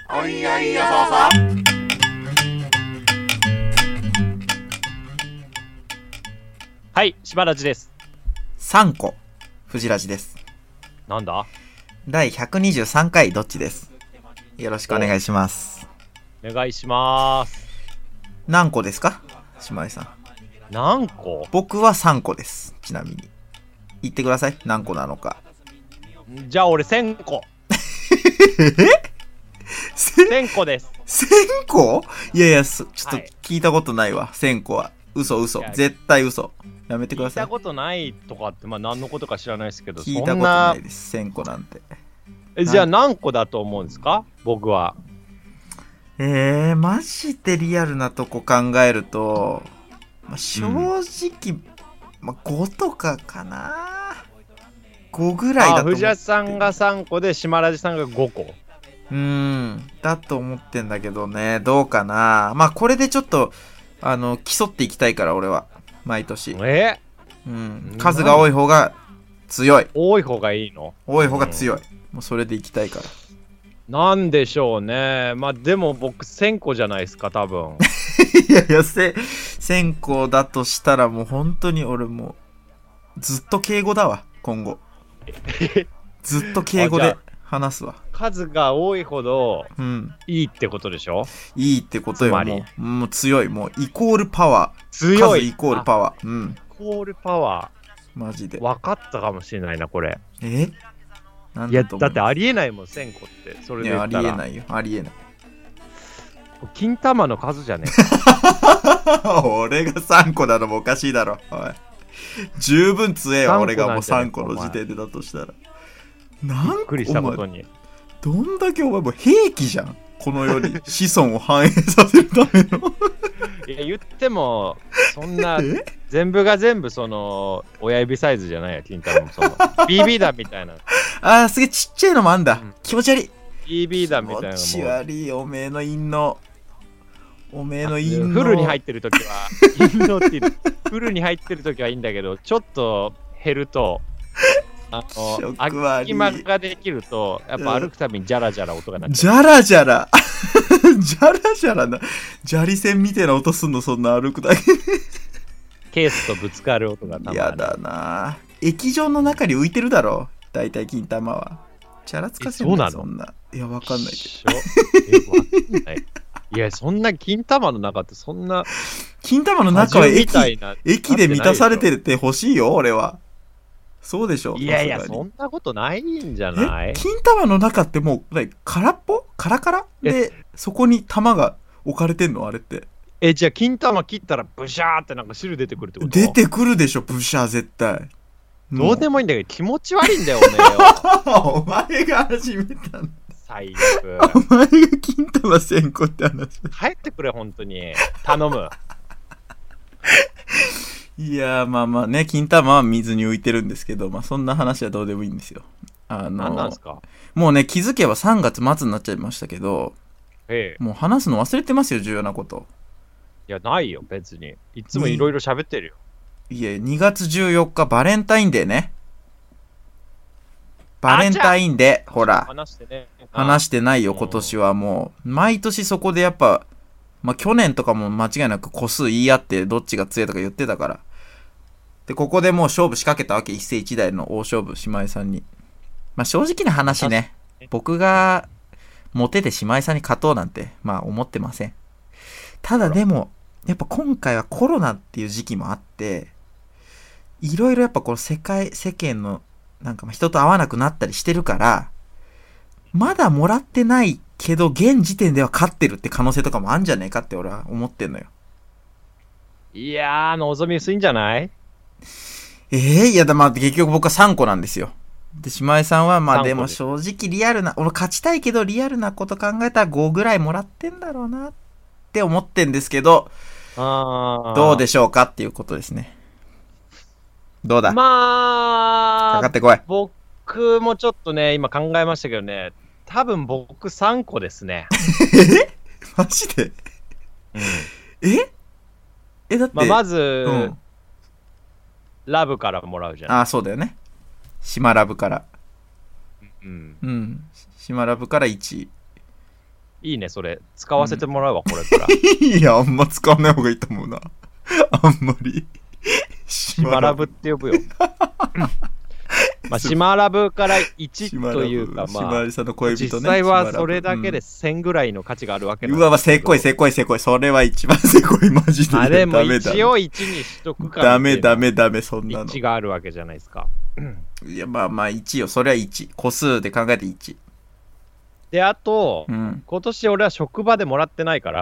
おいやいやささ。 はい、しばらじです。 3個藤ラジです。 なんだ？ 第123回どっちです。よろしくお願いします。 お願いします。 何個ですか島井さん。 何個？ 僕は3個です。ちなみに言ってください、何個なのか。 じゃあ俺1000個。1000個です。 1000個？いやいや、ちょっとはい聞いたことないわ。1000個は嘘絶対嘘。やめてください。 聞いたことないとかって、まあ何のことか知らないですけど、 聞いたことないです。1000個なんて。 じゃあ何個だと思うんですか僕は。 マジでリアルなとこ考えると、正直、5とかかな。5ぐらいだと思って。 藤谷さんが3個で島ラジさんが5個。 だと思ってんだけどね。どうかな。まあこれでちょっと競っていきたいから俺は毎年。数が多い方が強い。 多い方がいいの？ 多い方が強い。もうそれでいきたいから。 なんでしょうね。まあでも僕1000個じゃないですか多分。 いやいや、1000個だとしたらもう本当に俺もうずっと敬語だわ今後。ずっと敬語で話すわ。 数が多いほどいいってことでしょ？ いいってことよ。もう強い。もうイコールパワー。 強い。 数イコールパワー。 イコールパワー。マジで。 分かったかもしれないなこれ。 なんいやだってありえないもん1000個って。それで言ったら。 いやありえないよ。ありえない。 金玉の数じゃねえ。俺が3個なのもおかしいだろ。おい。十分強えわ俺がもう3個の時点でだとしたら。 びっくりしたことに。 どんだけお前もう兵器じゃんこの世に子孫を繁栄させるための。 いや言ってもそんな全部が全部その親指サイズじゃないよ金玉もその BB 弾みたいな。 すげえちっちゃいのもあんだ。気持ち悪い。 BB 弾みたいなのも。 気持ち悪い。おめえの陰のフルに入ってる時は陰のってフルに入ってる時はいいんだけど、ちょっと減ると空き間ができるとやっぱ歩くたびにジャラジャラ音が鳴っちゃう。 ジャラジャラジャラジャラな。砂利線みたいな音すんのそんな歩くだけ。 ケースとぶつかる音がたまに。 やだな。液状の中に浮いてるだろだいたい金玉は。チャラつかせんな。そんな。いやわかんないけど。 わかんない。いやそんな金玉の中ってそんな。 金玉の中は液で満たされてるって欲しいよ俺は。そうでしょ。 いやいやそんなことないんじゃない？ 金玉の中ってもう空っぽカラカラでそこに玉が置かれてんのあれって。 じゃあ金玉切ったらブシャーってなんか汁出てくるってこと？ 出てくるでしょブシャー絶対。 どうでもいいんだけど気持ち悪いんだよおめえよ。 お前が始めたんだ。 最悪。 お前が金玉1000個って話。 帰ってくれ本当に頼む。 いやまあね、金玉は水に浮いてるんですけど、そんな話はどうでもいいんですよ。 何なんですか？ もうね、気づけば3月末になっちゃいましたけど、もう話すの忘れてますよ、重要なこと。 いやないよ別に。いつもいろいろ喋ってるよ。 いや2月14日バレンタインデーね。バレンタインデー、ほら話してないよ今年は。もう毎年そこでやっぱ去年とかも間違いなく個数言い合ってどっちが強いとか言ってたから。で、ここでもう勝負仕掛けたわけ。一世一代の大勝負、姉妹さんに。正直な話ね。僕がモテで姉妹さんに勝とうなんて、思ってません。ただでも、やっぱ今回はコロナっていう時期もあって、いろいろやっぱこの世間の人と会わなくなったりしてるから、まだもらってないけど現時点では勝ってるって可能性とかもあんじゃねえかって俺は思ってんのよ。 いや望み薄いんじゃない？ いや結局僕は3個なんですよ。で姉妹さんはでも正直リアルな、俺勝ちたいけどリアルなこと考えたら5ぐらいもらってんだろうなって思ってんですけど、どうでしょうかっていうことですね。どうだ？かかってこい。 僕もちょっとね今考えましたけどね、多分僕3個ですね。 マジで？だって、 まず、ラブからもらうじゃん。 そうだよね。島ラブから。島ラブから1位。 いいね、それ。使わせてもらうわ、これから。 いや、あんま使わない方がいいと思うな。あんまり。 島ラブって呼ぶよ。まあ、島ラブから1というか、まあ、実際はそれだけで1000ぐらいの価値があるわけなんうわ、せこい。それは一番せこい、マジで。 あれも一応1にしとくから。 ダメ、そんなの。 1があるわけじゃないですか。 いや、まあ1よ。それは1。個数で考えて1。 で、あと、今年俺は職場でもらってないから。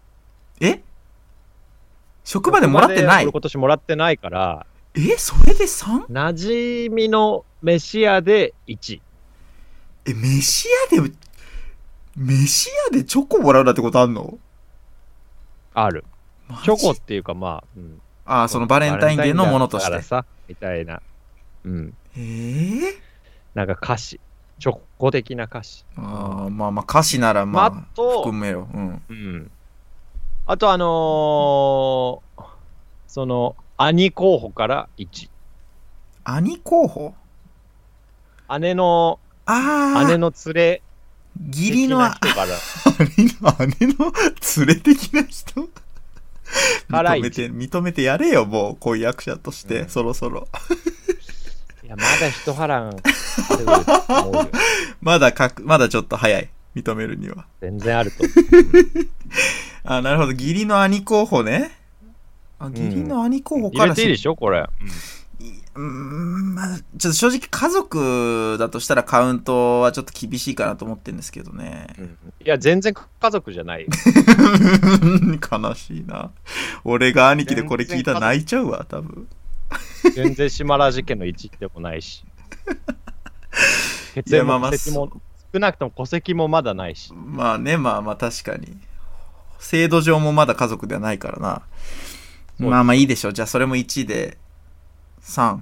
職場でもらってない？ 俺今年もらってないから。 それで 3？ 馴染みの飯屋で1。 飯屋でチョコもらうなんてことあんの？ ある。チョコっていうかまあ、そのバレンタインデーのものとして。 からさ、みたいな。なんか菓子。チョコ的な菓子。 まあ菓子ならまあ含めよ。 あとその兄候補から1。 兄候補？ 姉の連れ義理の人から姉の連れ的な人認めてやれよ、もう婚約者として、そろそろ。 いや、まだ一波乱あると思うよ。 まだちょっと早い、認めるには。 全然あると。 なるほど、義理の兄候補ね。義理の兄候補から入れていいでしょ、これ。 まあ、ちょっと正直家族だとしたらカウントはちょっと厳しいかなと思ってるんですけどね。 いや、全然家族じゃない。 悲しいな。俺が兄貴でこれ聞いたら泣いちゃうわ、多分。 全然島ラジ家の1でもないし。血縁も戸籍も、少なくとも戸籍もまだないし。 まあね、まあ確かに。制度上もまだ家族ではないからな。まあいいでしょう。じゃあそれも1で。3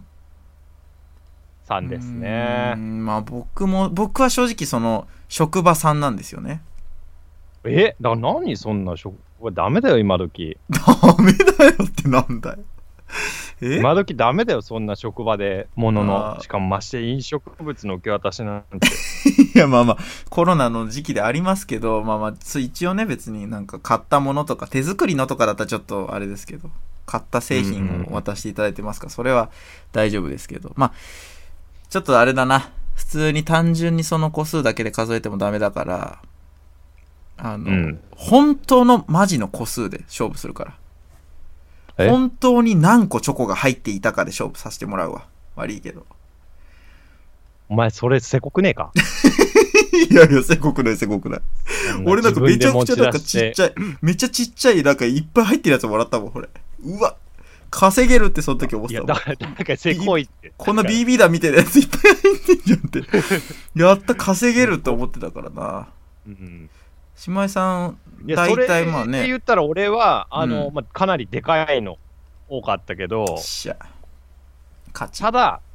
ですね。 まあ僕は正直その職場3なんですよね。 だから何そんなダメだよ今時。 ダメだよってなんだよ。 今時ダメだよそんな職場でしかもまして飲食物の受け渡しなんて。 いやまあコロナの時期でありますけど、一応ね別になんか買ったものとか手作りのとかだったらちょっとあれですけど。買った製品を渡していただいてますから、それは大丈夫ですけど、ちょっとあれだな、普通に単純にその個数だけで数えてもダメだから、本当のマジの個数で勝負するから。本当に何個チョコが入っていたかで勝負させてもらうわ。悪いけど。 お前それせこくねえか？ いやせこくない。俺なんかめちゃくちゃなんかちっちゃい、めっちゃちっちゃいなんかいっぱい入ってるやつもらったもん、これ。うわ、稼げるってその時思ってたもん。 いや、だからせこいって。 こんな BB 弾みたいなやついっぱい入ってんじゃんって。やった稼げるって思ってたからな。島井さん、大体まあね。 って言ったら俺は、かなりでかいの多かったけど、た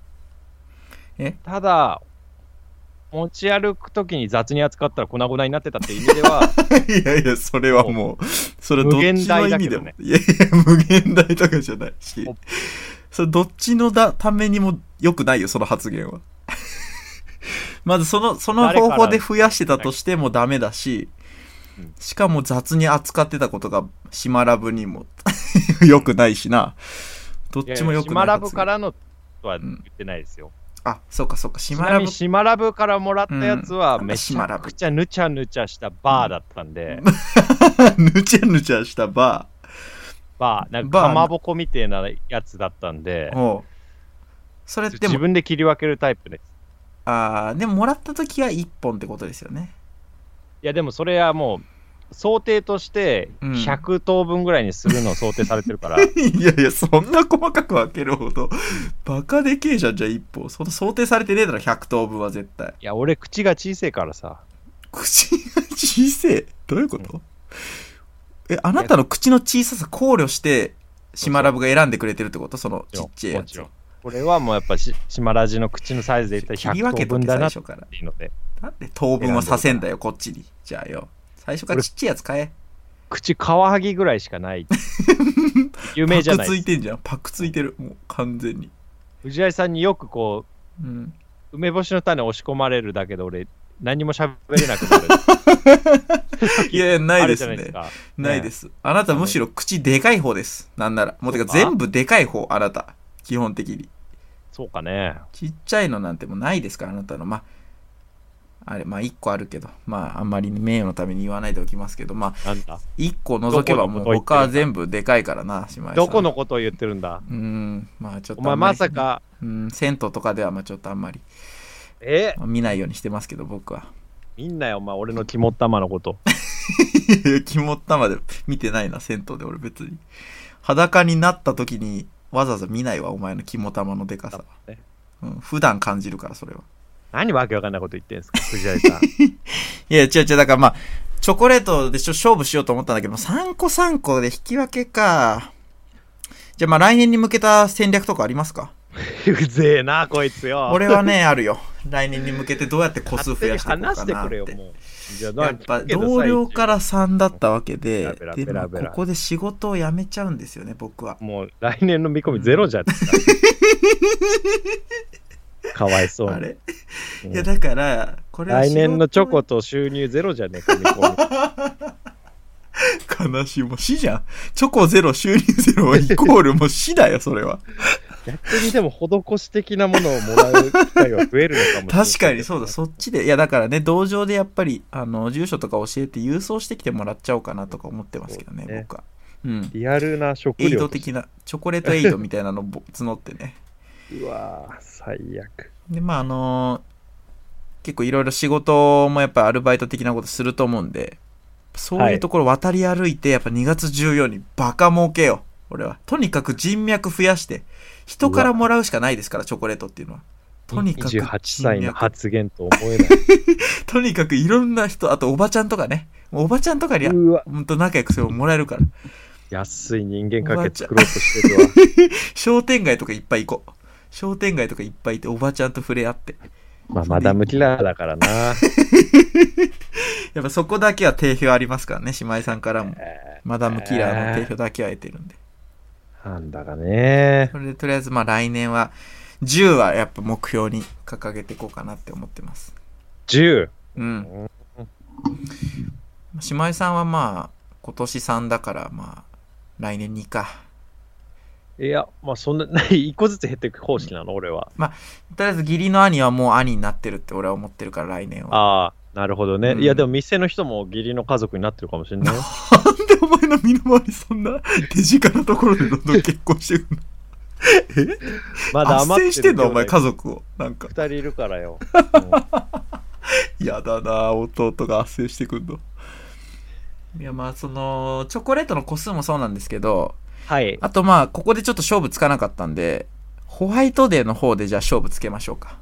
だ、持ち歩くときに雑に扱ったら粉々になってたっていう意味ではいやそれはもうそれどっちの意味でも、いや無限大とかじゃないし、それどっちのためにも良くないよその発言は。まずその方法で増やしてたとしてもダメだし、しかも雑に扱ってたことが島ラブにも良くないしな。どっちも良くない。 島ラブからのとは言ってないですよ。 そうか島ラブからもらったやつはめちゃくちゃぬちゃぬちゃしたバーだったんで。 ぬちゃぬちゃしたバーなんかかまぼこみたいなやつだったんで、 それって自分で切り分けるタイプです。 でももらった時は1本ってことですよね。 いやでもそれはもう想定として100等分ぐらいにするのを想定されてるから、 いやそんな細かく分けるほどバカでけえじゃん。じゃあ一歩その想定されてねえだろ100等分は絶対。 いや俺口が小せえからさ。 口が小せえどういうこと？あなたの口の小ささ考慮して島ラブが選んでくれてるってこと？そのちっちゃいやつ。 これはもうやっぱ島ラジの口のサイズで言ったら100等分だなっていうので。 なんで等分はさせんだよこっちに。じゃあよ最初からちっちゃいやつ買え。 口カワハギぐらいしかない有名じゃない。 パクついてんじゃん。パクついてるもう完全に。 藤井さんによくこう、梅干しの種押し込まれるだけで俺何も喋れなくなる。 いや、ないですね。ないです。あなたむしろ口でかい方です。なんなら。もうてか全部でかい方、あなた。基本的に。 そうかね。 ちっちゃいのなんてもうないですから、あなたの。まあ、あれ、まあ1個あるけど、まああんまり名誉のために言わないでおきますけど、まあ、1個除けばもう他は全部でかいからな、姉妹さん。 どこのことを言ってるんだ。 まあちょっと。 お前まさか。 銭湯とかではまあちょっとあんまり。まあ、見ないようにしてますけど、僕は。 見んなよ、お前、俺の肝っ玉のこと。 肝っ玉で見てないな、銭湯で俺別に。裸になった時にわざわざ見ないわ、お前の肝玉のでかさ。普段感じるから、それは。 何わけわかんないこと言ってんすか、藤井さん。 いや、違う、だからまあ、チョコレートで勝負しようと思ったんだけど、3個3個で引き分けか。じゃあまあ来年に向けた戦略とかありますか？ うぜえな、こいつよ。 俺はね、あるよ。来年に向けてどうやって個数増やしていこうかなって。 話してくれよ、もう。 やっぱ同僚から3だったわけで、でもここで仕事を辞めちゃうんですよね、僕は。 もう来年の見込みゼロじゃん。かわいそう。 あれ、いやだから、 これは来年のチョコと収入ゼロじゃねえか、見込み。 悲しい、もう死じゃん。チョコゼロ、収入ゼロはイコールもう死だよ、それは。 逆にでも施し的なものをもらう機会は増えるのかもしれない。 確かにそうだ、そっちで。いやだからね、道場でやっぱり住所とか教えて郵送してきてもらっちゃおうかなとか思ってますけどね、僕は。 リアルな食料。 エイド的な、チョコレートエイドみたいなのを募ってね。 うわー、最悪。 で、まあ結構いろいろ仕事もやっぱアルバイト的なことすると思うんで、そういうところ渡り歩いて、やっぱ2月14にバカ儲けよ。俺は。とにかく人脈増やして、人からもらうしかないですから、チョコレートっていうのは。とにかく。 28歳の発言と思えない。 とにかくいろんな人、あとおばちゃんとかね。おばちゃんとかには、ほんと仲良くすればもらえるから。 安い人間関係作ろうとしてるわ。 商店街とかいっぱい行こう。商店街とかいっぱいいて、おばちゃんと触れ合って。 まあ、マダムキラーだからな。 やっぱそこだけは定評ありますからね、姉妹さんからも。マダムキラーの定評だけは得てるんで。 なんだかね。 それでとりあえずまあ来年は、10はやっぱ目標に掲げていこうかなって思ってます。 10？ うん。姉妹さんはまあ、今年3だから、まあ、来年2か。 いや、まあそんな、一個ずつ減っていく方式なの、俺は。 まあ、とりあえず義理の兄はもう兄になってるって俺は思ってるから、来年は。 ああ、なるほどね。いや、でも店の人も義理の家族になってるかもしれないよ。 なんでお前の身の回りそんな手近なところでどんどん結婚していくの？ まだ余ってしてんのお前家族を。なんか。 2人いるからよ。 やだな、弟が圧政してくんの。いや、まあ、チョコレートの個数もそうなんですけど、 はい。 あとまあ、ここでちょっと勝負つかなかったんで、ホワイトデーの方でじゃあ勝負つけましょうか。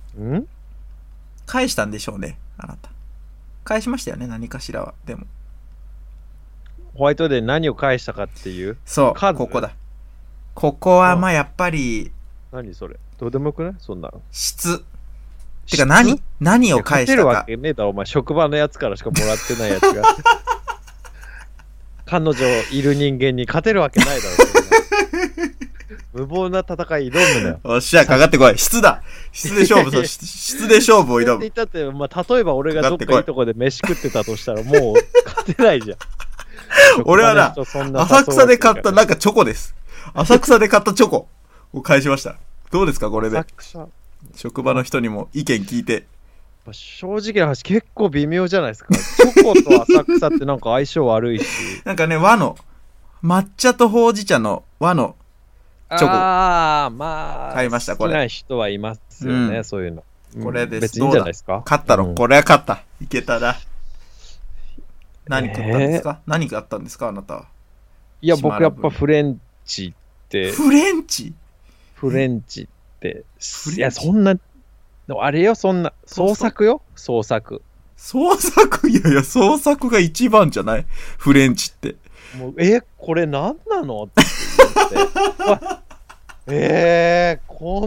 返したんでしょうね、あなた。返しましたよね、何かしらは。でも。 ホワイトデー何を返したかっていう？ そう、ここだ。ここはまあ、やっぱり。 何それ？どうでもよくない？そんなの。 質。てか何を返したか。勝てるわけねえだろ、お前。職場のやつからしかもらってないやつが。彼女いる人間に勝てるわけないだろ。無謀な戦い挑むのよ。 おっしゃ、かかってこい。質だ。質で勝負、質で勝負を挑む。 だって、まあ、例えば俺がどっかいいとこで飯食ってたとしたらもう勝てないじゃん。 俺はな、浅草で買ったなんかチョコです。浅草で買ったチョコを返しました。どうですか、これで。職場の人にも意見聞いて。 正直な話、結構微妙じゃないですか。チョコと浅草ってなんか相性悪いし。 なんかね、和の、抹茶とほうじ茶の和のチョコ。 ああ、まあ、 買いました、これ。 好きな人はいますよね、そういうの。 これです。 別にいいんじゃないですか。 勝ったろ、これは勝った。いけたな。何食ったんですか？何があったんですか、あなたは。 いや、僕やっぱフレンチって。 フレンチって。いや、そんな、あれよ、そんな、創作よ、創作。 いや、創作が一番じゃない？フレンチって。 もうこれ何なのって言って。こ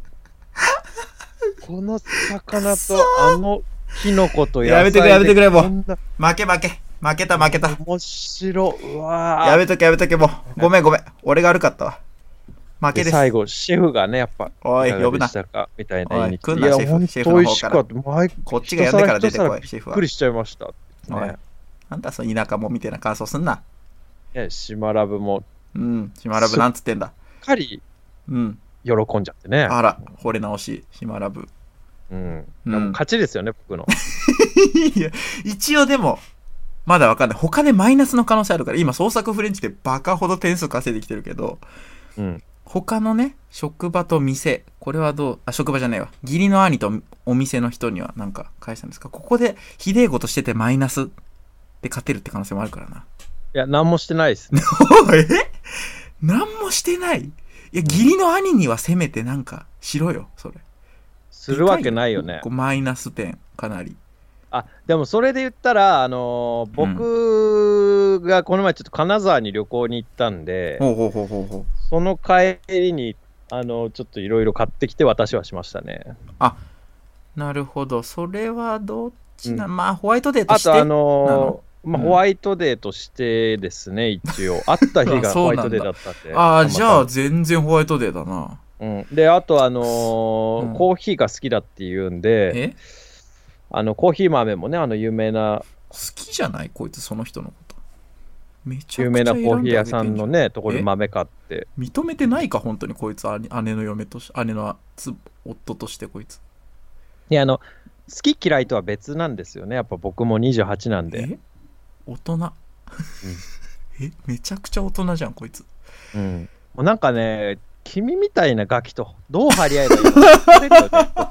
の魚とあのキノコと野菜で。 やめてくれ、もう。負けた。 面白い。うわやめとけ、もう。ごめん。俺が悪かったわ。 負けです。 最後、シェフがね、やっぱ、 おい、呼ぶな。 みたいな。 おい、来んな、シェフ。シェフの方から。こっちがやんでから出てこい、シェフは。 びっくりしちゃいました。 おい、なんだその田舎もみたいな感想すんな。 島ラブも。 島ラブなんつってんだ。 しっかり、喜んじゃってね。 あら、惚れ直し、島ラブ。 勝ちですよね、僕の。 いや、一応でも、まだわかんない。他でマイナスの可能性あるから、今、創作フレンチでバカほど点数稼いできてるけど、他のね、職場と店、これは職場じゃないわ。義理の兄とお店の人にはなんか返したんですか？ここでひでえことしててマイナスで勝てるって可能性もあるからな。 いや、なんもしてないです。 なんもしてない？いや、義理の兄にはせめてなんかしろよ、それ。 するわけないよね。 マイナス点、かなり。 でもそれで言ったら、僕がこの前ちょっと金沢に旅行に行ったんで、その帰りに、ちょっといろいろ買ってきて私はしましたね。 なるほど。それはどっちな、まあ、ホワイトデーとして。 あとホワイトデーとしてですね、一応。会った日がホワイトデーだったんで。 じゃあ全然ホワイトデーだな。 で、あとコーヒーが好きだっていうんで、コーヒー豆もね、有名な。 好きじゃないこいつ、その人のこと。めちゃくちゃ有名なコーヒー屋さんのね、ところで豆買って。 認めてないか、本当にこいつ、姉の嫁として、姉の夫としてこいつ。 いや、好き嫌いとは別なんですよね。やっぱ僕も28なんで。 大人。めちゃくちゃ大人じゃん、こいつ。 もうなんかね、君みたいなガキとどう張り合えばいいのか。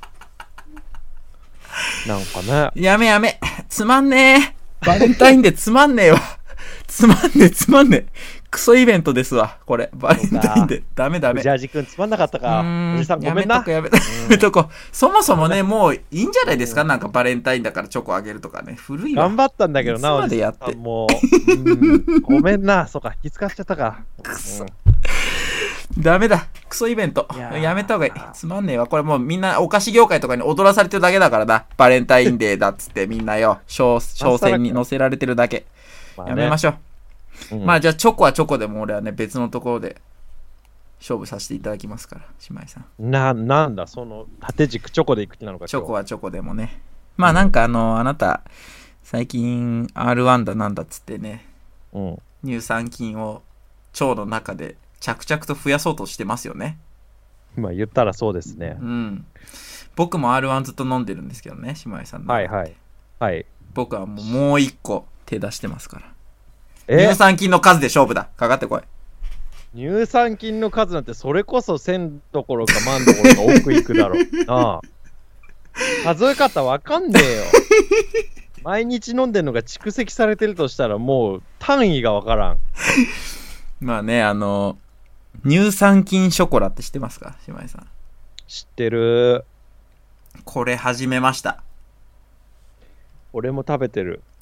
なんかね。 やめ。つまんねえ。バレンタインデーつまんねえわ。つまんねえ。クソイベントですわ、これ。バレンタインデー。ダメ。 ジャージ君つまんなかったか。おじさんごめんな。 やめとこ。そもそもね、もういいんじゃないですか、なんかバレンタインだからチョコあげるとかね。古いわ。 頑張ったんだけどな、 おじさん。 もう。ごめんな。そうか、気遣っちゃったか。 くそ。ダメだ。クソイベント。やめた方がいい。つまんねえわ。これもうみんなお菓子業界とかに踊らされてるだけだからな。バレンタインデーだっつってみんなよ。商戦に乗せられてるだけ。やめましょう。まあじゃあチョコはチョコでも俺はね、別のところで勝負させていただきますから、姉妹さん。 なんだ、その縦軸チョコでいく気なのか。 チョコはチョコでもね。まあなんかあなた、最近 R1 だなんだっつってね、乳酸菌を腸の中で着々と増やそうとしてますよね。 まあ言ったらそうですね。 僕も R1 ずっと飲んでるんですけどね、姉妹さんの。 はい。 僕はもう一個手出してますから。乳酸菌の数で勝負だ。かかってこい。 乳酸菌の数なんてそれこそ1000どころか万どころか奥行くだろう。数え方わかんねえよ。毎日飲んでるのが蓄積されてるとしたらもう単位がわからん。 まあね、乳酸菌ショコラって知ってますか、姉妹さん。 知ってる。 これ始めました。 俺も食べてる。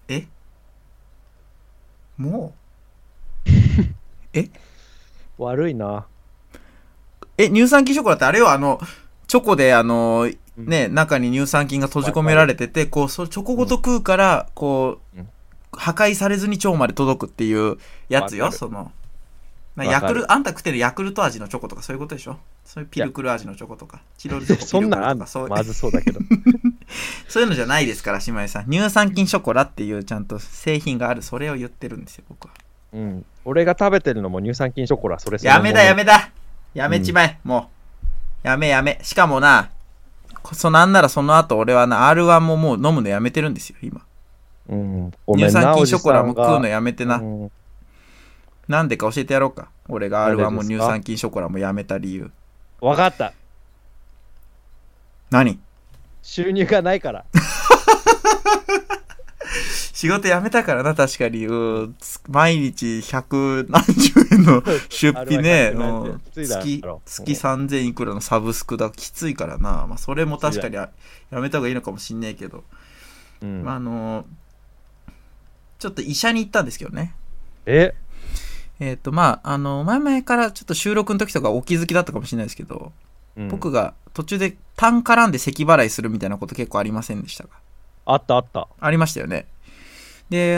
もう悪いな。 乳酸菌ショコラってあれよ、チョコでね、中に乳酸菌が閉じ込められてて、こう、チョコごと食うから、こう、破壊されずに腸まで届くっていうやつよ、あんた食ってるヤクルト味のチョコとかそういうことでしょ？そういうピルクル味のチョコとか、チロルチョコそんなんあんの？まずそうだけど。 そういうのじゃないですから、姉妹さん。乳酸菌ショコラっていうちゃんと製品がある、それを言ってるんですよ、僕は。 俺が食べてるのも乳酸菌ショコラ、それやめだ。やめちまえ、もう。やめ。しかもな、なんならその後俺はな、R1 ももう飲むのやめてるんですよ、今。乳酸菌ショコラも食うのやめてな。なんでか教えてやろうか。俺が R1 も乳酸菌ショコラもやめた理由。 わかった。 何？ 収入がないから。 仕事辞めたからな、確かに。毎日100何十円の出費ね。月3000いくらのサブスクだ。きついからな。まあ、それも確かにやめた方がいいのかもしんねえけど。まあ、ちょっと医者に行ったんですけどね。まあ、前々からちょっと収録の時とかお気づきだったかもしれないですけど、僕が途中で単絡んで咳払いするみたいなこと結構ありませんでしたか？ あった。 ありましたよね。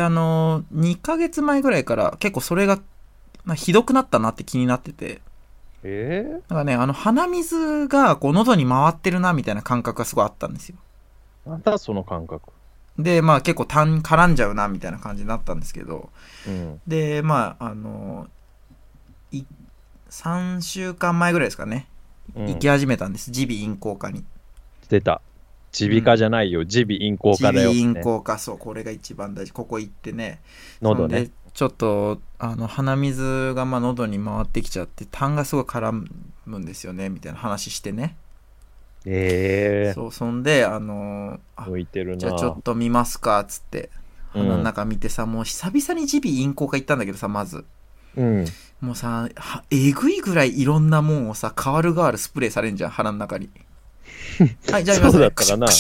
で、2ヶ月前ぐらいから結構それが、ひどくなったなって気になってて、 えだからね、鼻水がこう喉に回ってるなみたいな感覚がすごいあったんですよ。 なんだその感覚。 で、まあ結構絡んじゃうなみたいな感じになったんですけど、 うん。 で、まあ、3週間前ぐらいですかね、行き始めたんです。耳鼻咽喉科に。 出た。耳鼻科じゃないよ。耳鼻咽喉科だよ、 耳鼻咽喉科、そう、これが一番大事。ここ行ってね。 喉ね。 でちょっと、鼻水がまあ喉に回ってきちゃって、痰がすごい絡むんですよね、みたいな話してね。そう、そんで、 向いてるな。 じゃあちょっと見ますか、つって、鼻の中見てさ、もう久々に耳鼻咽喉科行ったんだけどさ、まず。もうさ、えぐいぐらいいろんなもんをさ、代わるスプレーされんじゃん、鼻の中に。はい、じゃあ見ますね。 そうだったかな。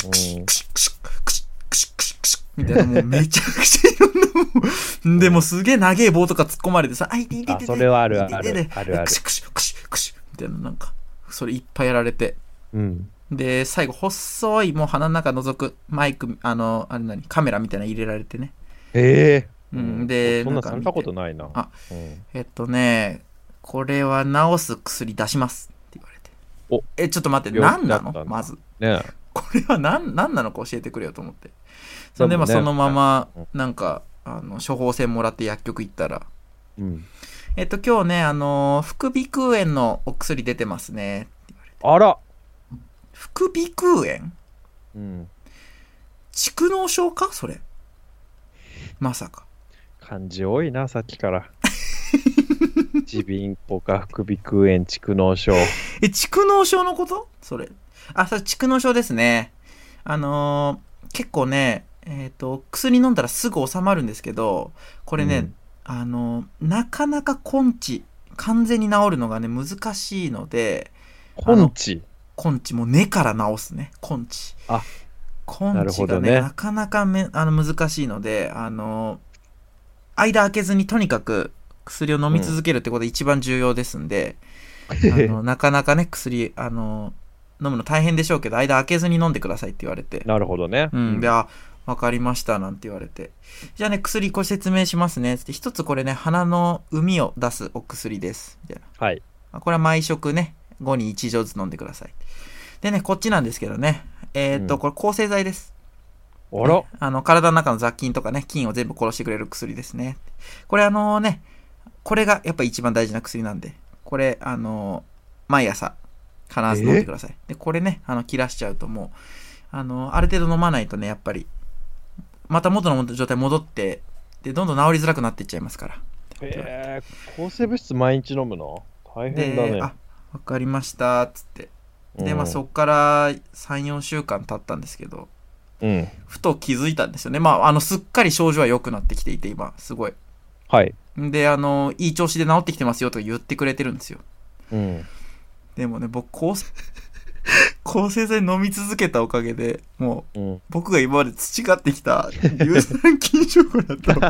みたいな、もうめちゃくちゃいろんなもん。でもすげえ長え棒とか突っ込まれてさ、あ、いていていて。 それはあるある。 クシュクシュクシュクシュみたいな、なんか、それいっぱいやられて。で、最後、細い、もう鼻の中覗くマイク、あれカメラみたいなの入れられてね。で、 そんなされたことないな。 これは治す薬出しますって言われて。ちょっと待って、何なのまず。これは何なのか教えてくれよと思って。それで、まあ、そのまま、なんか、処方箋もらって薬局行ったら、今日ね、副鼻腔炎のお薬出てますねって言われて。あら副鼻腔炎？蓄膿症かそれ。まさか。 漢字多いな、さっきから。耳鼻咽喉科、副鼻腔炎、蓄膿症。 蓄膿症のことそれ。それ蓄膿症ですね。結構ね、薬飲んだらすぐ収まるんですけど、これね、なかなか完全に治るのがね、難しいので、根治、もう根から治すね、根治。根治がね、なかなか難しいので、間開けずにとにかく薬を飲み続けるってことが一番重要ですんで、なかなかね、薬、飲むの大変でしょうけど、間開けずに飲んでくださいって言われて。 なるほどね。 で、わかりましたなんて言われて。じゃあね、薬これ説明しますね。一つこれね、鼻の膿を出すお薬です。みたいな。 はい。 これは毎食ね、5に1錠ずつ飲んでください。でね、こっちなんですけどね。これ抗生剤です。体の中の雑菌とかね、菌を全部殺してくれる薬ですね。これこれがやっぱ一番大事な薬なんで、これ毎朝必ず飲んでください。で、これね、切らしちゃうともう、ある程度飲まないとね、やっぱり、また元の状態戻って、で、どんどん治りづらくなっていっちゃいますから。 抗生物質毎日飲むの大変だね。 わかりました、つって。で、まあそっから3、4週間経ったんですけど、ふと気づいたんですよね。まあ、すっかり症状は良くなってきていて、今、すごい。 はい。 で、いい調子で治ってきてますよとか言ってくれてるんですよ。でもね、僕、抗生剤飲み続けたおかげで、もう、僕が今まで培ってきた乳酸菌症候群と、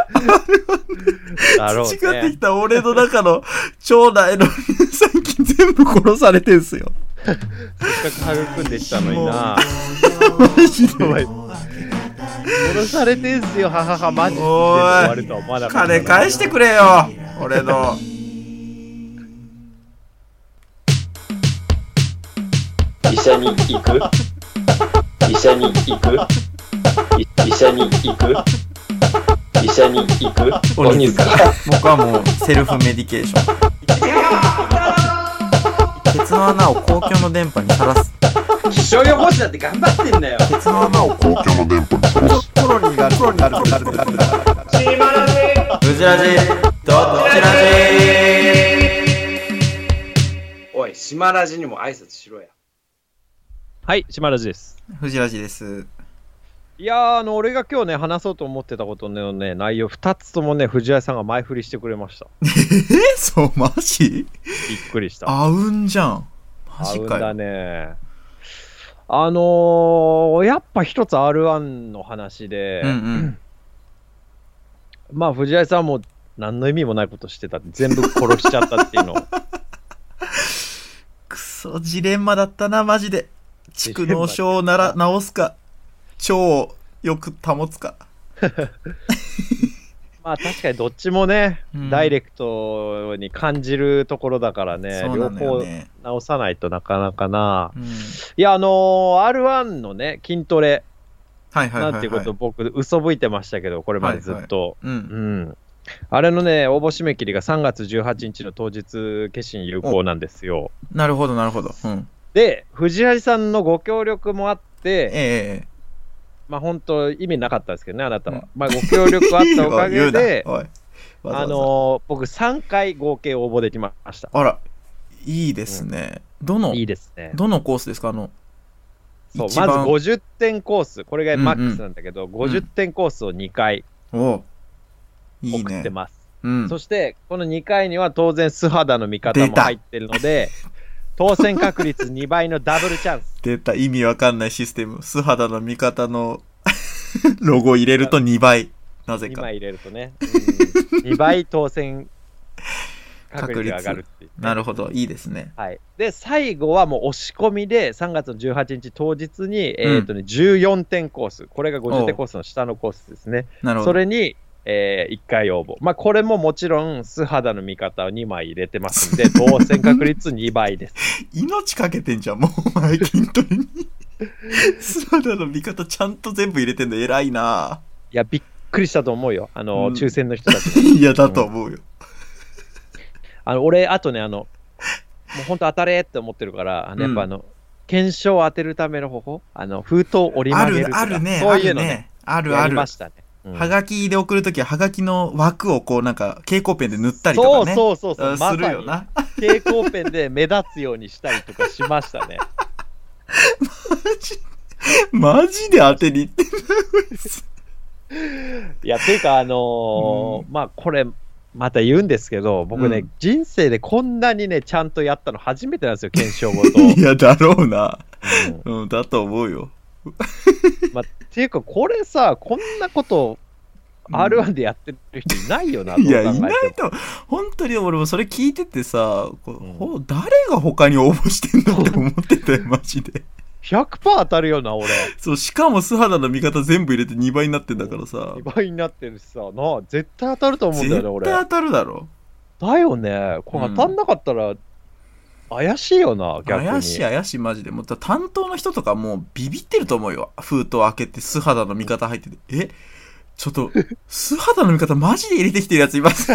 培ってきた俺の中の腸内の乳酸菌全部殺されてんすよ。 せっかく育んできたのにな。 マジで。 殺されてんすよ、母マジで。終わるとは思わなかった。 金返してくれよ、俺の。 医者に行く医者に行く医者に行く医者に行く鬼塚。僕はもうセルフメディケーション。ケツの穴を公共の電波にさらす。 気象予報士だって頑張ってんだよ。 ケツの穴を公共の電波にさらす。コロニーがコロニーがフジラジどっちラジ。 おい、島ラジにも挨拶しろや。 はい、島ラジです。 藤ラジです。 いやー、俺が今日ね、話そうと思ってたことのね、内容2つともね、藤井さんが前振りしてくれました。 そう、マジ？ びっくりした。 合うんじゃん。マジかよ。 合うんだね。やっぱ一つ R1 の話で、まあ、藤井さんも何の意味もないことしてたって、全部殺しちゃったっていうのを。 クソジレンマだったな、マジで。蓄膿症を治すか、腸をよく保つか。 まあ確かにどっちもね、 うんダイレクトに感じるところだからね、 そうな両方んだよね。 直さないとなかなかな。 うん。 いや、R1 のね、筋トレはいはいはい、はい。 なんていうこと僕、嘘吹いてましたけど、これまでずっと。 うん。 うん。あれのね、応募締め切りが3月18日の当日決心有効なんですよ。 なるほどなるほど。うん。 で、藤橋さんのご協力もあって、 ええまあ本当意味なかったですけどね、あなたは。まあご協力あったおかげで、 おいわざわざ僕3回合計応募できました。 あら、いいですね。どのいいですね。 どのコースですか？ そう、 一番まず50点コース、これがマックスなんだけど、50点コースを2回おいいね。 送ってます。 うん。 そして、この2回には当然素肌の味方も入ってるので、当選確率2倍のダブルチャンス。 出た、意味わかんないシステム。素肌の味方のロゴ入れると2倍。なぜ 2 か。 枚入れるとね、2倍当選確率が上がるっていう、ね。 なるほど、いいですね。 はい。で、最後はもう押し込みで、3月の18日当日に、14点コース。これが50点コースの下のコースですね。 なるほど。 それに、1回応募。まあ、これももちろん、素肌の味方を2枚入れてますんで、当選確率2倍です。 命かけてんじゃん、もうお前筋トレに。素肌の味方ちゃんと全部入れてんの偉いな。 いや、びっくりしたと思うよ。抽選の人たちも。 いや、だと思うよ。 俺、あとね、もう本当当たれって思ってるから、やっぱ検証を当てるための方法、封筒を折り曲げるとか、 あるね、 そういうのね、 あるやりましたね。 はがきで送るときは、はがきの枠をこうなんか、蛍光ペンで塗ったりとかね。 そう、 するよな。 蛍光ペンで目立つようにしたりとかしましたね。 マジで当てに行ってんいや、ていうか、まあ、これ、また言うんですけど、僕ね、人生でこんなにね、ちゃんとやったの初めてなんですよ、検証ごと。 いや、だろうな。だと思うよ。 まあ、っていうか、これさ、こんなこと、R1 でやってる人いないよな、 いや、いないと。本当に俺もそれ聞いててさ、誰が他に応募してんのって思ってたよ、マジで。 100% 当たるよな、俺。 そう、しかも素肌の味方全部入れて2倍になってんだからさ。 2倍になってるしさ、絶対当たると思うんだよね、俺。 絶対当たるだろ。 だよね。これ当たんなかったら、怪しいよな、逆に。 怪しい、マジで。もう担当の人とかもうビビってると思うよ。封筒開けて素肌の味方入ってて。ちょっと、素肌の味方マジで入れてきてるやついます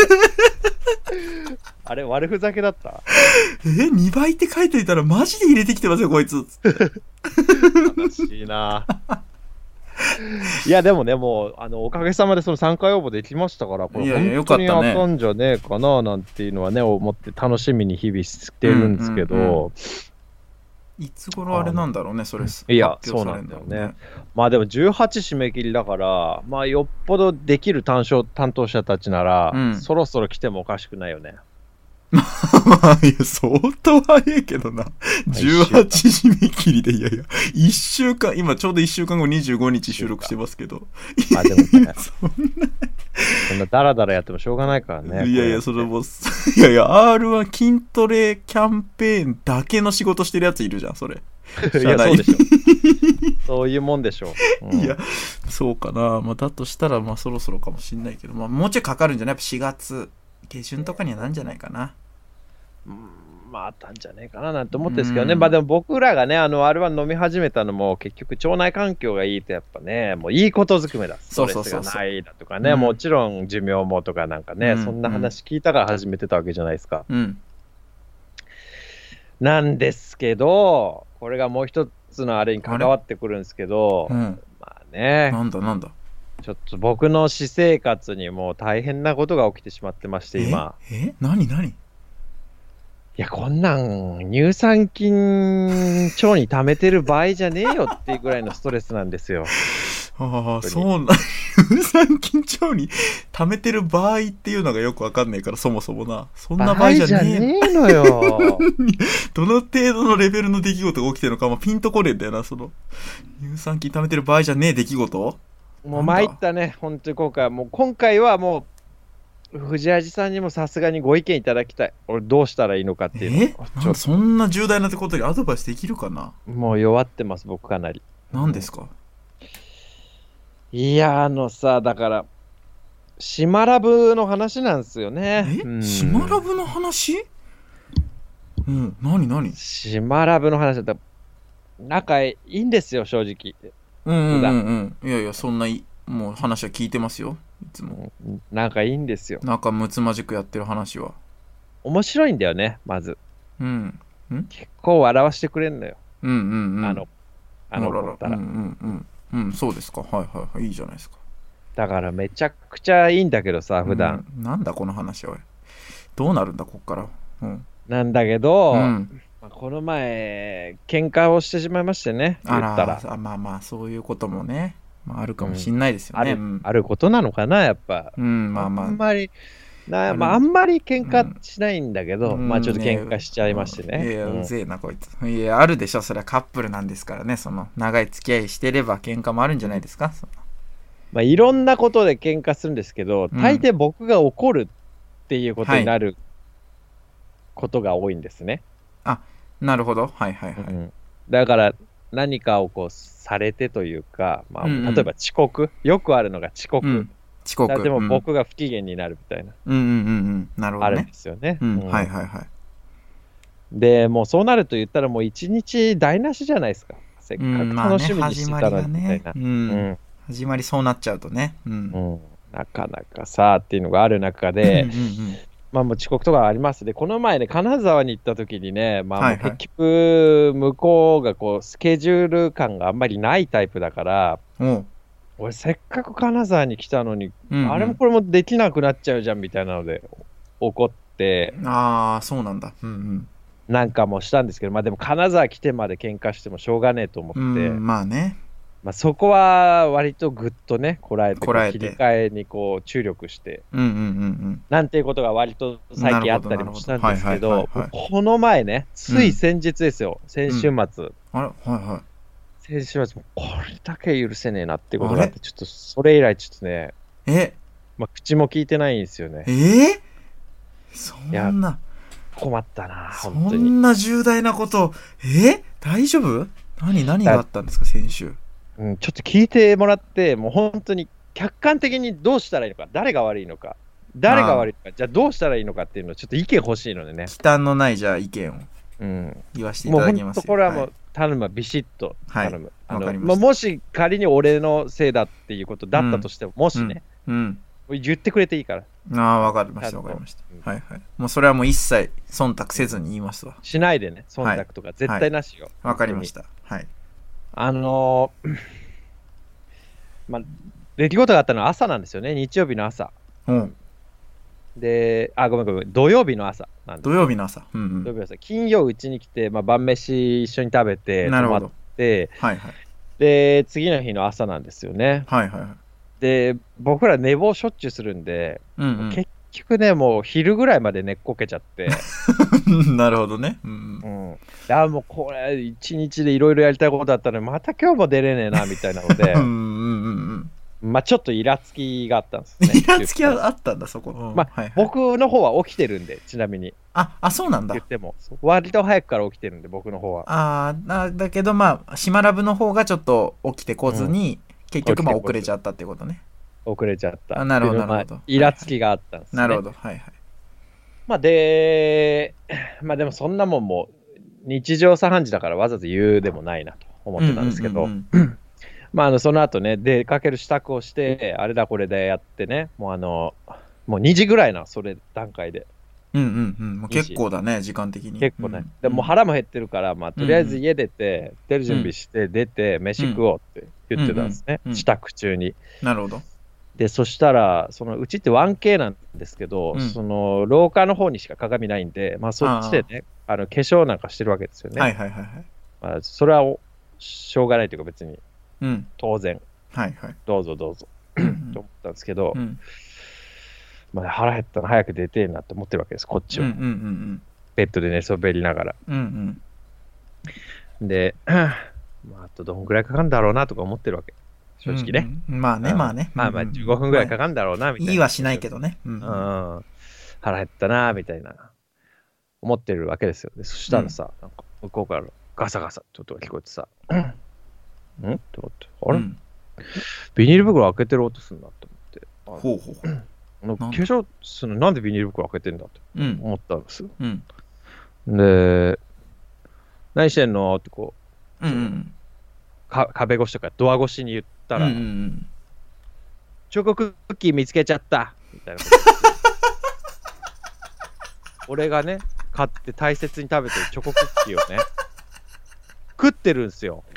あれ、悪ふざけだった？ 2倍って書いていたらマジで入れてきてますよ、こいつ。 悲しいな。いや、でもね、もう、おかげさまでその3回応募できましたから、これ本当に当たんじゃねえかな、なんていうのはね、思って楽しみに日々してるんですけど、 いつ頃あれなんだろうね、それ。 いや、そうなんだよね。まあでも18締め切りだから、まあよっぽどできる担当者たちなら、そろそろ来てもおかしくないよね。 まあ、いや、相当早いけどな。18締め切りで、いやいや、1週間、今ちょうど1週間後25日収録してますけど。 まあでもね、そんなダラダラやってもしょうがないからね。 いやいや、それも、いやいや、R1 筋トレキャンペーンだけの仕事してるやついるじゃん、それ。 いや、そうでしょ。そういうもんでしょう。いや、そうかな。まあ、だとしたら、まあ、そろそろかもしんないけど、まあ、もうちょいかかるんじゃない？やっぱ4月下旬とかにはなんじゃないかな。 まあ、あったんじゃねえかななんて思ってるんですけどね。まあでも僕らがね、R1 飲み始めたのも結局腸内環境がいいとやっぱね、もういいことずくめだ。ストレスがないだとかね、もちろん寿命もとかなんかね、そんな話聞いたから始めてたわけじゃないですか。なんですけど、これがもう一つのあれに関わってくるんですけど、まあね。 なんだちょっと僕の私生活にも大変なことが起きてしまってまして、今。 何いや、こんなん、乳酸菌腸に溜めてる場合じゃねえよっていうぐらいのストレスなんですよ。 ああ、そうな、乳酸菌腸に溜めてる場合っていうのがよくわかんないから、そもそもな。そんな場合じゃねえのよ。 どの程度のレベルの出来事が起きてるのか、ピンとこねえんだよな、その。乳酸菌溜めてる場合じゃねえ出来事？ もう参ったね、本当に今回はもう、藤味さんにもさすがにご意見いただきたい。俺どうしたらいいのかっていうの。そんな重大なことにアドバイスできるかな？ もう弱ってます、僕かなり。 何ですか？ いや、だから、 島ラブの話なんですよね。 島ラブの話？うん、何島ラブの話だったら、仲いいんですよ、正直。 いやいや、そんな、もう話は聞いてますよ。いつも。 仲いいんですよ。 仲睦まじくやってる話は。 面白いんだよね、まず。結構笑わしてくれんのよ。あの子ったら。 そうですか。はい、いいじゃないですか。 だからめちゃくちゃいいんだけどさ、普段。 なんだこの話は。どうなるんだ、こっから。 なんだけど、この前、喧嘩をしてしまいましてね、言ったら。 まあ、そういうこともね、あるかもしんないですよね。 あることなのかな、やっぱ。あんまり喧嘩しないんだけど、ちょっと喧嘩しちゃいましてね。 いや、うぜえな、こいつ。いや、あるでしょ、それはカップルなんですからね、その、長い付き合いしてれば喧嘩もあるんじゃないですか。 いろんなことで喧嘩するんですけど、大抵僕が怒るっていうことになることが多いんですね。 なるほど。 だから何かをこうされてというか、例えば遅刻、よくあるのが遅刻。でも僕が不機嫌になるみたいな。 なるほどね。 あるんですよね。 はい。 で、もうそうなると言ったらもう一日台無しじゃないですか。せっかく楽しみにしてたのにみたいな。 始まりそうなっちゃうとね。 なかなかさっていうのがある中で、もう遅刻とかありますで、この前ね、金沢に行った時にね、結局、向こうがこう、スケジュール感があんまりないタイプだから、俺せっかく金沢に来たのに、あれもこれもできなくなっちゃうじゃんみたいなので、怒って、 そうなんだ。 なんかもしたんですけど、でも金沢来てまで喧嘩してもしょうがねえと思って、 まあね。 そこは割とぐっとね、こらえて切り替えにこう注力して、なんていうことが割と最近あったりもしたんですけど、この前ね、つい先日ですよ、先週末。先週末、これだけ許せねえなってことがあって、ちょっとそれ以来ちょっとね、口も聞いてないんですよね。 そんな。 困ったな、本当に。 そんな重大なこと、大丈夫？何があったんですか、先週。 ちょっと聞いてもらって、もう本当に客観的にどうしたらいいのか、誰が悪いのか、じゃあどうしたらいいのかっていうのをちょっと意見欲しいのでね。 忌憚のないじゃあ意見を言わせていただきますよ。 これはもう頼む、ビシッと頼む。もし仮に俺のせいだっていうことだったとしても、もしね、言ってくれていいから。 わかりました。もうそれはもう一切忖度せずに言いますわ。 しないでね、忖度とか絶対なしよ。 わかりました。 出来事があったのは朝なんですよね、日曜日の朝。で、ごめん、土曜日の朝なんです。 土曜日の朝。 金曜うちに来て、晩飯一緒に食べて、泊まって、で、次の日の朝なんですよね。で、僕ら寝坊しょっちゅうするんで、結局ね、もう昼ぐらいまで寝っこけちゃって。 なるほどね。 もうこれ、一日でいろいろやりたいことあったのに、また今日も出れねえな、みたいなので、ちょっとイラつきがあったんですね。 イラつきはあったんだ、そこ。 僕の方は起きてるんで、ちなみに。 そうなんだ。 言っても、割と早くから起きてるんで、僕の方は。 だけど、島ラブの方がちょっと起きてこずに、結局遅れちゃったってことね。 遅れちゃった。 なるほど。 イラつきがあったんですね。 なるほど。 でもそんなもんも日常茶飯事だからわざわざ言うでもないなと思ってたんですけど、その後ね、出かける支度をして、あれだこれでやってね、もう2時ぐらいな、それ段階で。 結構だね、時間的に。 結構ね。でも腹も減ってるから、とりあえず家出て、出る準備して、出て、飯食おうって言ってたんですね、支度中に。 なるほど。 で、そしたら、うちって 1K なんですけど、廊下の方にしか鏡ないんで、そっちでね、化粧なんかしてるわけですよね。それはしょうがないというか別に、当然、どうぞどうぞと思ったんですけど、腹減ったら早く出てえなって思ってるわけです、こっちは。ベッドで寝そべりながら。で、あとどんぐらいかかるんだろうなとか思ってるわけ。正直ね。15分ぐらいかかるんだろうな、みたいな。 言いはしないけどね。 腹減ったな、みたいな。思ってるわけですよ。そしたらさ、なんか向こうからガサガサって音が聞こえてさ、って思って、あれビニール袋開けてる音すんなって思って、 ほうほうほう。 化粧するのなんでビニール袋開けてんだと思ったんです。で、何してんのってこう、壁越しとかドア越しに言ったら、チョコクッキー見つけちゃったみたいなこと俺がね、買って大切に食べてるチョコクッキーをね、食ってるんですよ。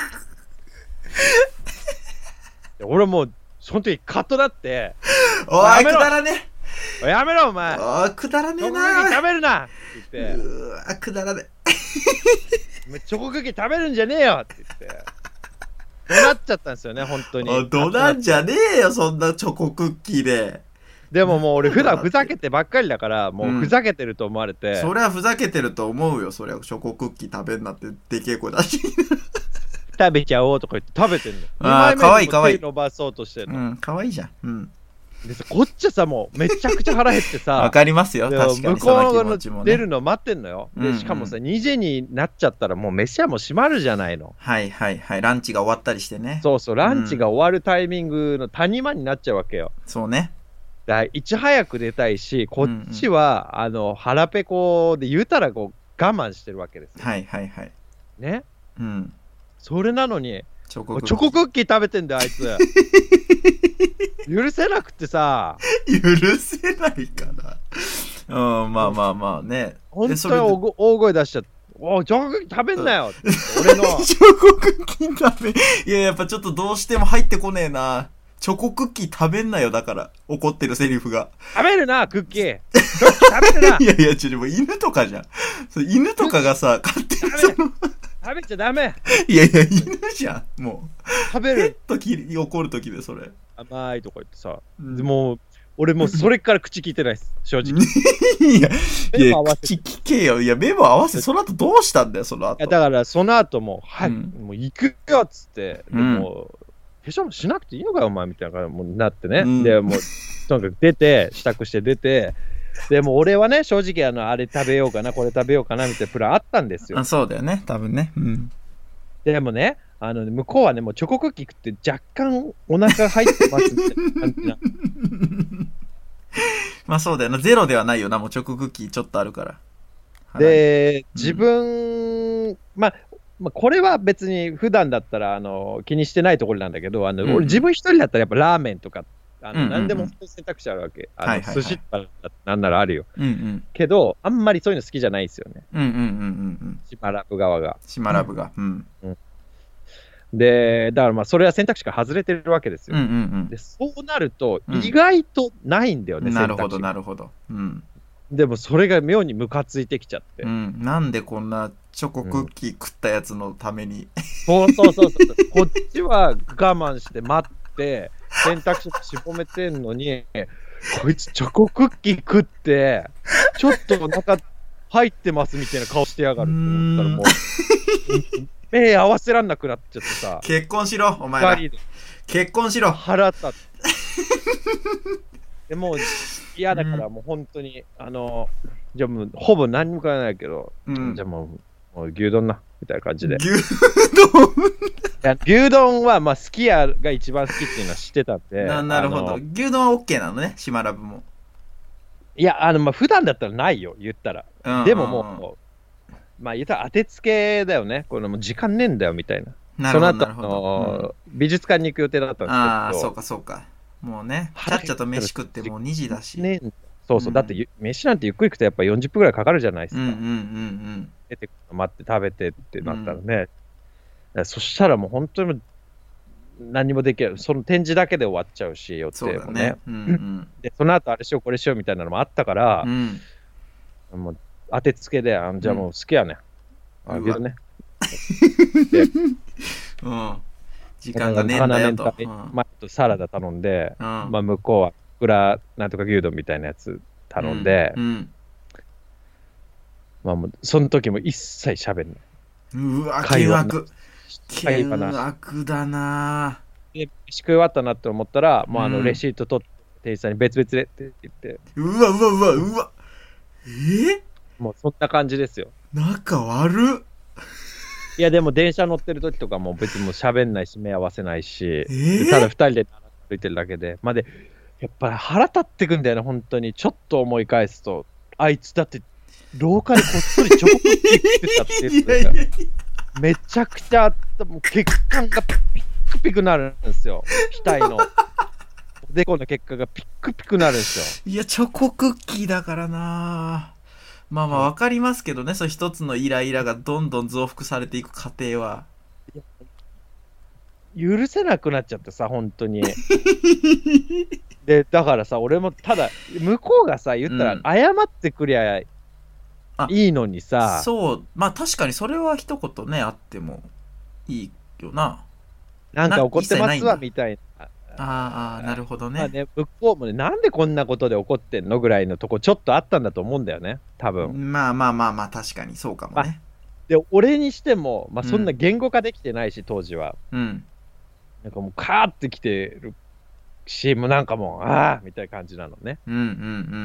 俺もう、その時カッとなって、 おい、くだらねえ。やめろ、お前。 おい、くだらねえな。 チョコクッキー食べるなって言って。 うわ、くだらねえ。チョコクッキー食べるんじゃねえよって言って。怒鳴っちゃったんですよね、本当に。 怒鳴んじゃねえよ、そんなチョコクッキーで。 でももう俺普段ふざけてばっかりだから、もうふざけてると思われて。 そりゃふざけてると思うよ、そりゃチョコクッキー食べんなってでけえ声だし。 食べちゃおうとか言って食べてんの。 ああ、かわいいかわいい。 伸ばそうとしてんの。 かわいいじゃん。 でさ、こっちはさ、もうめちゃくちゃ腹減ってさ。 わかりますよ、確かに。 向こうの出るの待ってんのよ。で、しかもさ、2時になっちゃったらもう飯はもう閉まるじゃないの。 はいはいはい。ランチが終わったりしてね。 そうそう、ランチが終わるタイミングの谷間になっちゃうわけよ。 そうね。 いち早く出たいし、こっちは、腹ペコで言うたらこう我慢してるわけですよ。 はいはいはい。 ね。それなのに、チョコクッキー食べてんだよ、あいつ。許せなくてさ。 許せないかな。まあまあまあね。 本当に大声出しちゃって。おい、チョコクッキー食べんなよって俺の。 チョコクッキー食べ。いや、やっぱちょっとどうしても入ってこねえな。チョコクッキー食べんなよ、だから。怒ってるセリフが。 食べるな、クッキー。クッキー食べるな。 いやいや、もう犬とかじゃん。犬とかがさ、勝手に食べちゃダメ。 いやいや、犬じゃん。もう。 食べる。 怒るときで、それ。 甘いとか言ってさ。もう、俺もうそれから口聞いてないです、正直。 いや、口聞けよ。いや、目も合わせ、その後どうしたんだよ、その後。 だからその後も、はい、もう行くよっつって、もう、化粧もしなくていいのかよ、お前みたいな感じになってね。で、もう、とにかく出て、支度して出て、でも俺はね、正直あれ食べようかな、これ食べようかなみたいなプランあったんですよ。 そうだよね、多分ね。 でもね、向こうはね、もうチョコクッキー食って若干お腹入ってますみたいな感じな。 まあそうだよな、ゼロではないよな、もうチョコクッキーちょっとあるから。 で、自分、まあ、これは別に普段だったら気にしてないところなんだけど、俺自分一人だったらやっぱラーメンとか、何でも選択肢あるわけ。寿司とかなんならあるよ。けど、あんまりそういうの好きじゃないんですよね。島ラブ側が。 島ラブが。 で、だからまあそれは選択肢が外れてるわけですよ。で、そうなると意外とないんだよね、 なるほど、なるほど。 でもそれが妙にムカついてきちゃって。 なんでこんなチョコクッキー食ったやつのために。 こっちは我慢して待って、選択肢絞めてんのに、こいつチョコクッキー食って、ちょっとお腹入ってますみたいな顔してやがると思ったらもう、目合わせらんなくなっちゃってさ。 結婚しろ、お前ら。結婚しろ。 腹立って。でもう嫌だからもう本当にじゃあもうほぼ何も買わないけど、じゃあもう牛丼なみたいな感じで。牛丼はまあすき家が一番好きっていうのは知ってたんで。 なるほど。牛丼は OK なのね、島ラブも。 いやまあ普段だったらないよ、言ったら。でももうまあ言ったら当てつけだよね。これもう時間ねえんだよみたいな。その後美術館に行く予定だったんですけど。 ああ、そうかそうか。もうね、キャッチャーと飯食ってもう2時だし。 そうそう、だって飯なんてゆっくり食ってやっぱ40分ぐらいかかるじゃないですか。出てくるの待って食べてってなったらね。そしたらもう本当に何もできない。その展示だけで終わっちゃうし、予定もね。で、その後あれしようこれしようみたいなのもあったから、もう当てつけで、じゃあもう好きやね。あげるね。 時間がねえんだよと。 サラダ頼んで、まあ向こうはなんとか牛丼みたいなやつ頼んで、まあもうその時も一切喋んない。 うわ、険悪。険悪だな。 で、飯食い終わったなって思ったら、もうレシート取って店員さんに別々でって言って。 うわ。 もうそんな感じですよ。 仲悪っ。 いやでも電車乗ってる時とかも別にもう喋んないし目合わせないし、ただ2人で歩いてるだけで、までやっぱり腹立ってくんだよね、本当に。ちょっと思い返すと。あいつだって、廊下でこっそりチョコクッキー食ってたって言ってたよ。めちゃくちゃ、もう血管がピックピクなるんですよ。額の。おでこの血管がピックピクなるんですよ。いや、チョコクッキーだからな。まあまあわかりますけどね、そう一つのイライラがどんどん増幅されていく過程は。 許せなくなっちゃってさ、本当に。で、だからさ、俺もただ、向こうがさ、言ったら、謝ってくりゃいいのにさ。 そう、まあ確かにそれは一言ね、あってもいいよな。 なんか怒ってますわ、みたいな。 ああ、なるほどね。 まあね、向こうもね、なんでこんなことで怒ってんのぐらいのとこ、ちょっとあったんだと思うんだよね、多分。 まあまあまあまあ、確かにそうかもね。 で、俺にしても、まあそんな言語化できてないし、当時は。 うん。 なんかもう、カーってきてるし、もうなんかもう、ああみたいな感じなのね。 うんうんうん。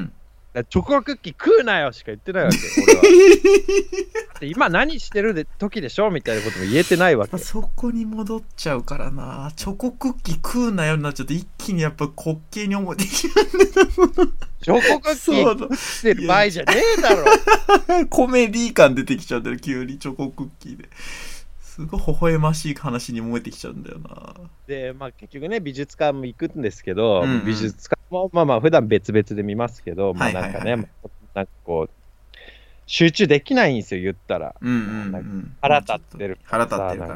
チョコクッキー食うなよしか言ってないわけ、俺は。で今何してる時でしょみたいなことも言えてないわけ。 そこに戻っちゃうからな。チョコクッキー食うなよになっちゃって、一気にやっぱ滑稽に思ってきたんだ。 チョコクッキー食ってる場合じゃねえだろ。 コメディ感出てきちゃってる、急にチョコクッキーで。すごい微笑ましい話に思えてきちゃうんだよな。 で、まあ結局ね、美術館も行くんですけど、美術館もまあまあ普段別々で見ますけど、まあなんかね、なんかこう、集中できないんですよ、言ったら。腹立ってる。 腹立ってるから。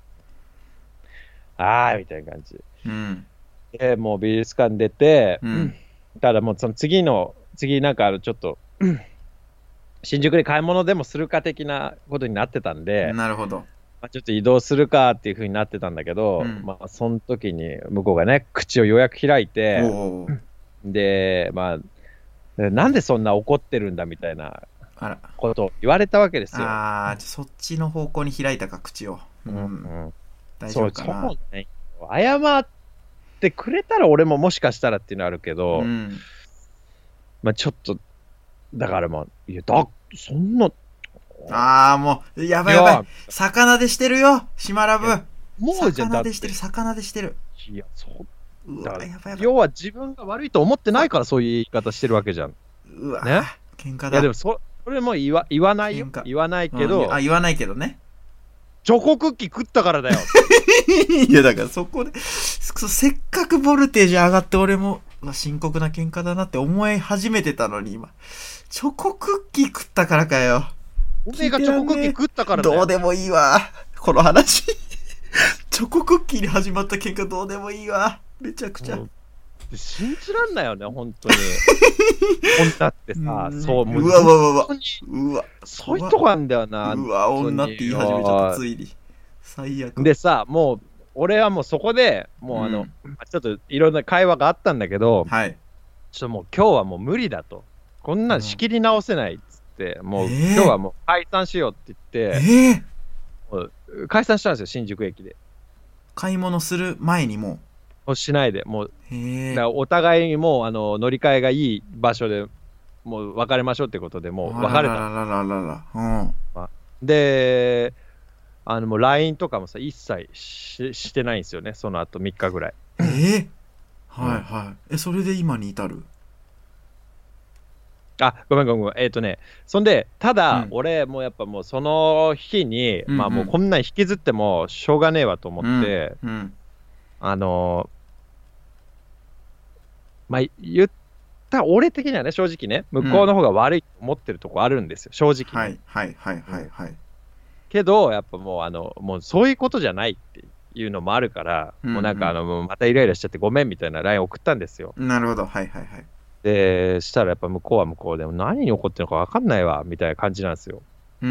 あーみたいな感じ。で、もう美術館出て、ただもうその次なんかちょっと、新宿で買い物でもするか的なことになってたんで、 なるほど。 ちょっと移動するかっていう風になってたんだけど、まあその時に向こうがね、口をようやく開いて、で、まあ、なんでそんな怒ってるんだみたいなことを言われたわけですよ。 ああ、そっちの方向に開いたか、口を。大丈夫かな。 そうね。謝ってくれたら俺ももしかしたらっていうのはあるけど、まあちょっと、だからまあ、いや、そんな、 ああ、もう、やばいやばい。魚でしてるよ、シマラブ。 もうじゃ魚でしてる、魚でしてる。 いや、 うわ、やばいやばい。 要は自分が悪いと思ってないからそういう言い方してるわけじゃん。 うわ、 ね。 喧嘩だ。 いや、でもそれも言わないよ。言わないけど。 言わないけどね。 チョコクッキー食ったからだよ。 いや、だからそこで、せっかくボルテージ上がって俺も、深刻な喧嘩だなって思い始めてたのに今。チョコクッキー食ったからかよ。 おめえがチョコクッキー食ったからだよ。 どうでもいいわ。この話。チョコクッキーに始まった喧嘩どうでもいいわ。めちゃくちゃ。 信じらんないよね、本当に。女ってさ、そう、もう。 うわ。 そういうとこなんだよな。 うわ、女って言い始めちゃった、ついに。最悪。 でさ、もう、俺はもうそこで、もうちょっといろんな会話があったんだけど、 はい。 ちょっともう今日はもう無理だと。こんなん仕切り直せないっつって、もう今日はもう解散しようって言って、もう解散したんですよ、新宿駅で。 買い物する前にもうしないで、もう、だからお互いにもう乗り換えがいい場所でもう別れましょうってことでもう別れた。で、もう LINE とかもさ、一切してないんですよね、その後3日ぐらい。 はいはい。それで今に至る？ あ、ごめん。そんで、ただ、俺、もうやっぱもうその日に、まあもうこんなん引きずってもしょうがねえわと思って、まあ言ったら俺的にはね、正直ね、向こうの方が悪いと思ってるとこあるんですよ、正直、ね。 はい。 けど、やっぱもうそういうことじゃないっていうのもあるから、もうなんかまたイライラしちゃってごめんみたいな LINE 送ったんですよ。 なるほど、はい。 で、したらやっぱ向こうは向こうでも何に怒ってるのか分かんないわ、みたいな感じなんですよ。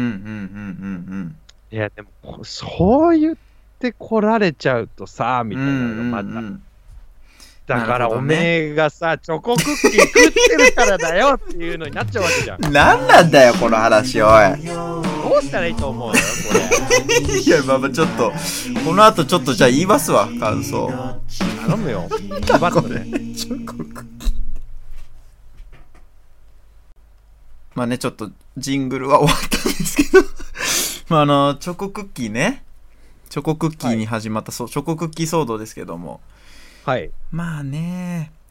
いや、でも、そう言って来られちゃうとさ、みたいなのがまた。だからおめえがさ、チョコクッキー食ってるからだよっていうのになっちゃうわけじゃん。 なんなんだよ、この話、おい。 どうしたらいいと思うよ、これ。いや、まあちょっと、この後ちょっとじゃあ言いますわ、感想。 頼むよ。バッとね。 チョコクッキー。まあね、ちょっとジングルは終わったんですけどまあチョコクッキーね。チョコクッキーに始まった、チョコクッキー騒動ですけども。 はい。 まあね、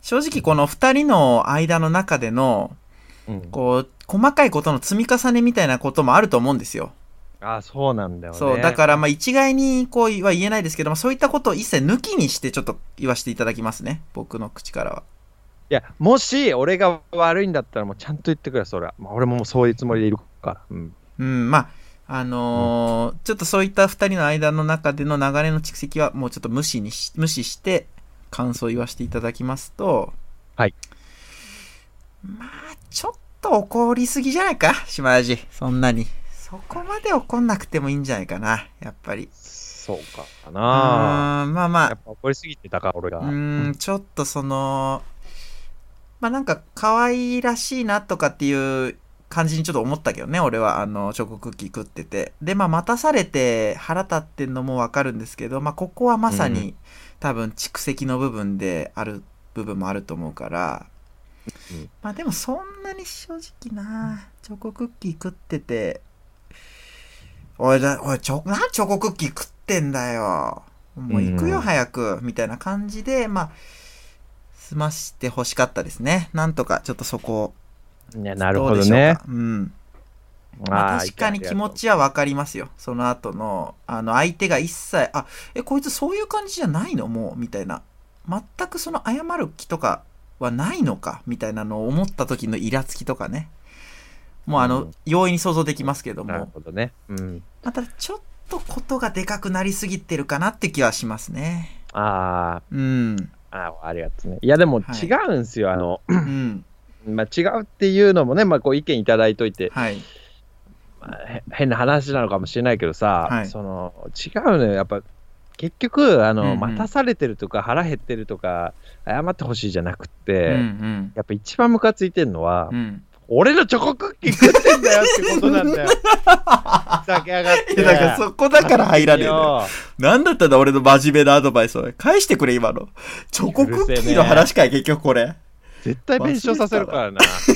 正直この2人の間の中での、こう、細かいことの積み重ねみたいなこともあると思うんですよ。 そうなんだよね。 そう、だからまあ一概にこうは言えないですけども、そういったことを一切抜きにしてちょっと言わせていただきますね。僕の口からは。 いや、もし俺が悪いんだったらもうちゃんと言ってくれ、それは。俺ももうそういうつもりでいるから。 まあ、ちょっとそういった2人の間の中での流れの蓄積はもうちょっと無視して感想を言わせていただきますと、 はい。 まあ、ちょっと怒りすぎじゃないか、島味。そんなに。そこまで怒んなくてもいいんじゃないかな、やっぱり。 そうかな。 まあ。 やっぱ怒りすぎてたか、俺が。 ちょっとまあなんか可愛らしいなとかっていう感じにちょっと思ったけどね、俺はチョコクッキー食ってて。で、まあ待たされて腹立ってんのもわかるんですけど、まあここはまさに多分蓄積の部分である部分もあると思うから、まあでもそんなに正直な、チョコクッキー食ってて、おい、チョコクッキー食ってんだよ。もう行くよ、早く。みたいな感じで、まあ、済ましてほしかったですね。なんとか、ちょっとそこを。 いや、なるほどね。 まあ、確かに気持ちはわかりますよ。その後の、相手が一切、こいつそういう感じじゃないのもう、みたいな。全くその謝る気とかはないのか、みたいなのを思った時のイラつきとかね。もう容易に想像できますけども。 なるほどね。 またちょっとことがでかくなりすぎてるかなって気はしますね。 ありがとうね。いやでも違うんすよ。まあ違うっていうのもね、まあこう意見いただいといて、まあ、変な話なのかもしれないけどさ、違うのよ。やっぱ結局待たされてるとか腹減ってるとか謝ってほしいじゃなくて、やっぱ一番ムカついてんのは。俺のチョコクッキー食ってんだよってことなんだよ。ふざけやがって。 だからそこだから入らねえんだよ。なんだったんだ俺の真面目なアドバイスを。返してくれ今の。チョコクッキーの話かい結局これ。 絶対弁償させるからな。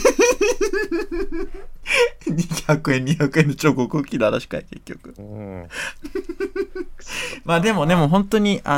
200円のチョコクッキーの話かい結局。まあでも本当に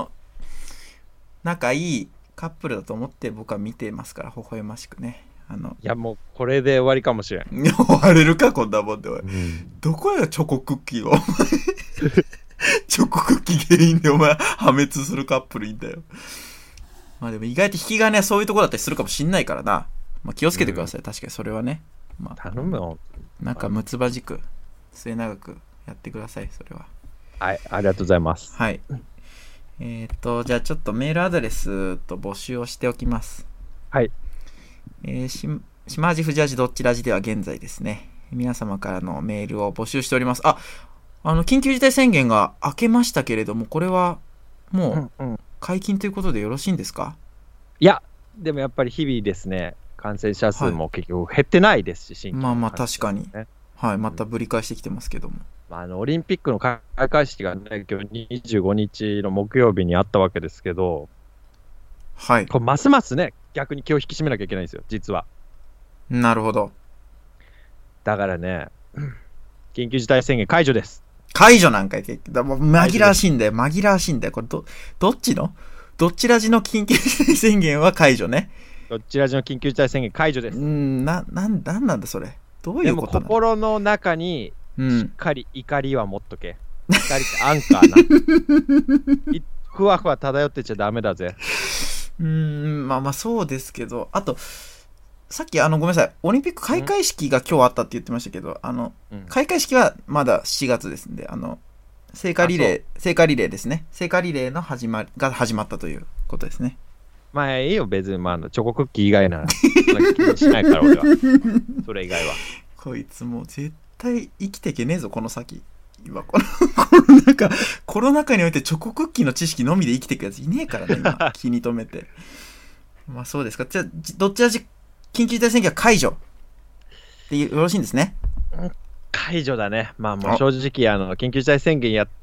仲いいカップルだと思って僕は見てますから、微笑ましくね。 いやもうこれで終わりかもしれん。 終われるかこんなもんで。どこやチョコクッキーをお前チョコクッキー原因でお前破滅するカップルいいんだよ。まあでも意外と引き金はそういうところだったりするかもしんないからな。まあ気をつけてください。確かにそれはね。まあ頼むよ。 なんかむつばじく末永くやってください。それは。 はい、ありがとうございます。 はい。じゃあちょっとメールアドレスと募集をしておきます。 はい。 島味藤味どっちラジでは現在ですね、皆様からのメールを募集しております。緊急事態宣言が明けましたけれども、これはもう解禁ということでよろしいんですか？ いや、でもやっぱり日々ですね、感染者数も結局減ってないですし、 まあ確かに。はい、またぶり返してきてますけども。 オリンピックの開会式がね、今日25日の木曜日にあったわけですけど、 はい。 これますますね、逆に気を引き締めなきゃいけないんですよ、実は。 なるほど。 だからね、緊急事態宣言解除です。 解除なんかいけ紛らわしいんだよ、紛らわしいんだよ。これどっちラジの緊急事態宣言は解除ね。 どっちラジの緊急事態宣言解除です。 なんだそれ。どういうことなの？ でも心の中にしっかり怒りは持っとけ。怒りってアンカーな。ふわふわ漂ってちゃダメだぜ。 まあそうですけど、あとさっきごめんなさい、オリンピック開会式が今日あったって言ってましたけど、開会式はまだ7月ですんで、聖火リレーですね。聖火リレーの始まったということですね。 まあいいよ、別にチョコクッキー以外なら気にしないから俺は。それ以外は。 こいつもう絶対生きていけねえぞこの先。今コロナ禍においてチョコクッキーの知識のみで生きていくやついねえからね今気に留めて。まあそうですか。じゃあどっちら緊急事態宣言は解除でよろしいんですね。 解除だね。まあもう正直緊急事態宣言やっ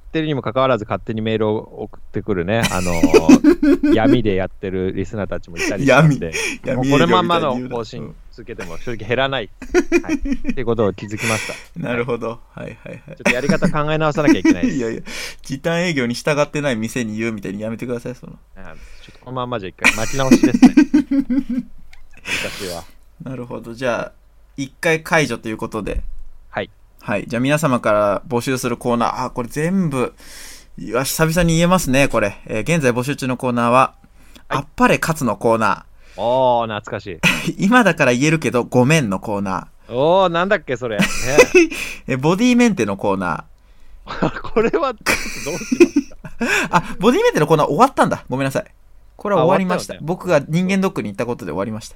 ってるにもかかわらず勝手にメールを送ってくるね、闇でやってるリスナーたちもいたりしたんで、もうこれまんまの方針続けても正直減らない、はい、っていうことを気づきました。 なるほど。はいはいはい。 ちょっとやり方考え直さなきゃいけないです。 いやいや、時短営業に従ってない店に言うみたいにやめてください、その。 ちょっとこのまんまじゃ一回巻き直しですね。私は。 なるほど。じゃあ、一回解除ということで。 はい。 はい。じゃあ皆様から募集するコーナー。これ全部、いや、久々に言えますね、これ。現在募集中のコーナーは、あっぱれ勝つのコーナー。 おー、懐かしい。今だから言えるけど、ごめんのコーナー。おー、なんだっけ、それ。 ね、ボディメンテのコーナー。これは、どうしましたあ、ボディメンテのコーナー終わったんだ。ごめんなさい。これは終わりました。ね、僕が人間ドックに行ったことで終わりました。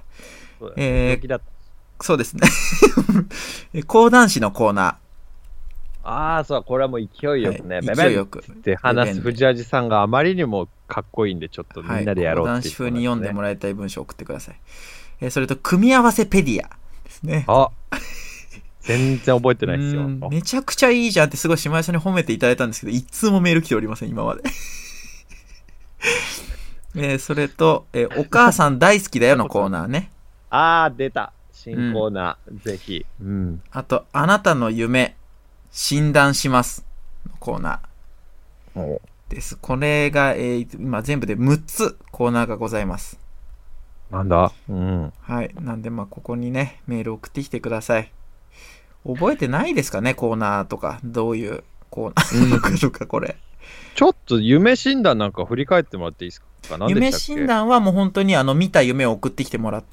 そうですね。講談師のコーナー。 ああ、そう、これはもう勢いよくね、 はい、勢いよくって話す藤味さんがあまりにもかっこいいんで、ちょっとみんなでやろうっていう、ね。 講談師風に読んでもらいたい文章を送ってください。それと、組み合わせペディアですね。 あ、全然覚えてないですよ。 めちゃくちゃいいじゃんってすごい島井さんに褒めていただいたんですけど、一通もメール来ておりません、今まで。それと、お母さん大好きだよのコーナーね。 あー、出た。新コーナー、ぜひ。 あと、あなたの夢、診断しますのコーナーです。これが、今全部で6つコーナーがございます。 なんだ、 はい。なんで、ここにね、メール送ってきてください。覚えてないですかね、コーナーとか。どういうコーナーなのかとか、これ。 ちょっと夢診断なんか振り返ってもらっていいですか？ 夢診断はもう本当に見た夢を送ってきてもらって、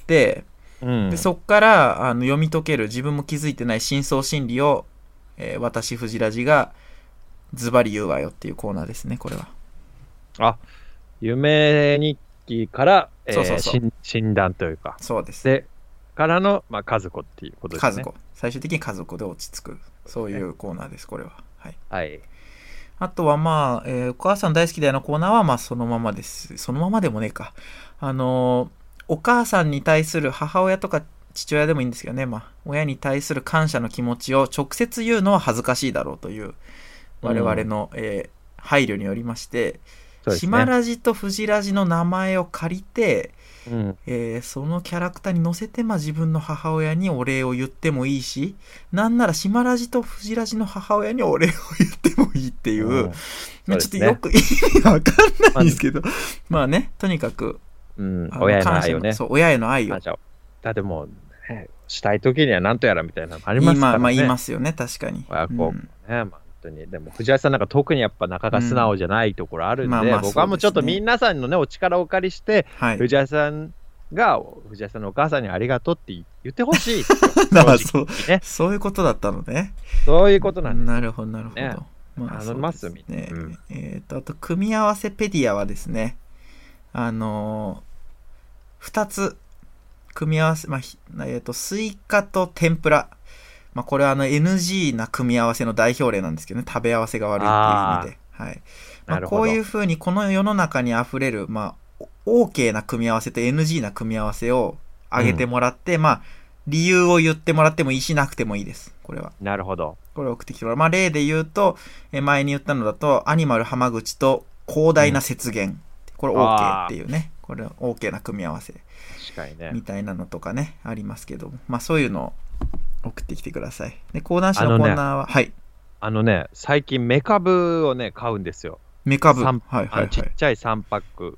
でそこから読み解ける自分も気づいてない深層心理を、私藤ラジがズバリ言うわよっていうコーナーですね、これは。 あ、夢日記から、 そう診断というか。 そうです。 でからの、和子っていうことですね。 和子。最終的に和子で落ち着く。そういうコーナーです、これは。はい。 はい。 あとはお母さん大好きだよのコーナーはそのままです。そのままでもねえか。お母さんに対する母親とか父親でもいいんですけどね、親に対する感謝の気持ちを直接言うのは恥ずかしいだろうという我々の、配慮によりまして、島ラジと藤ラジの名前を借りて、そのキャラクターに乗せて自分の母親にお礼を言ってもいいし、なんなら島ラジと藤ラジの母親にお礼を言ってもいいっていう、ちょっとよく意味わかんないんですけど、ね、とにかく、 親への愛をね。 そう、親への愛を。 だってもう、したい時には何とやらみたいなのありますからね。 言いますよね、確かに。 親孝行ね、本当に。でも藤井さんなんか特にやっぱ中が素直じゃないところあるんで、僕はもうちょっと皆さんのねお力をお借りして、藤井さんが藤井さんのお母さんにありがとうって言ってほしい。 そういうことだったのね。 そういうことなんです。 なるほどなるほど。 頼みますみたいな。あと組み合わせペディアはですね、2つ組み合わせ、スイカと天ぷら。これはNG な組み合わせの代表例なんですけどね、食べ合わせが悪いっていう意味で。はい。こういうふうにこの世の中にあふれる、OK な組み合わせと NG な組み合わせを挙げてもらって、理由を言ってもらってもいいし、なくてもいいです。これは。 なるほど。 これを送ってきてもらう。例で言うと、前に言ったのだと、アニマル浜口と広大な雪原。これ OK っていうね。これ OK な組み合わせ。 確かにね。 みたいなのとかね、ありますけども。そういうのを送ってきてください。で、講談師のコーナーは、はい。 最近メカブをね、買うんですよ。 メカブ。 ちっちゃい3パック。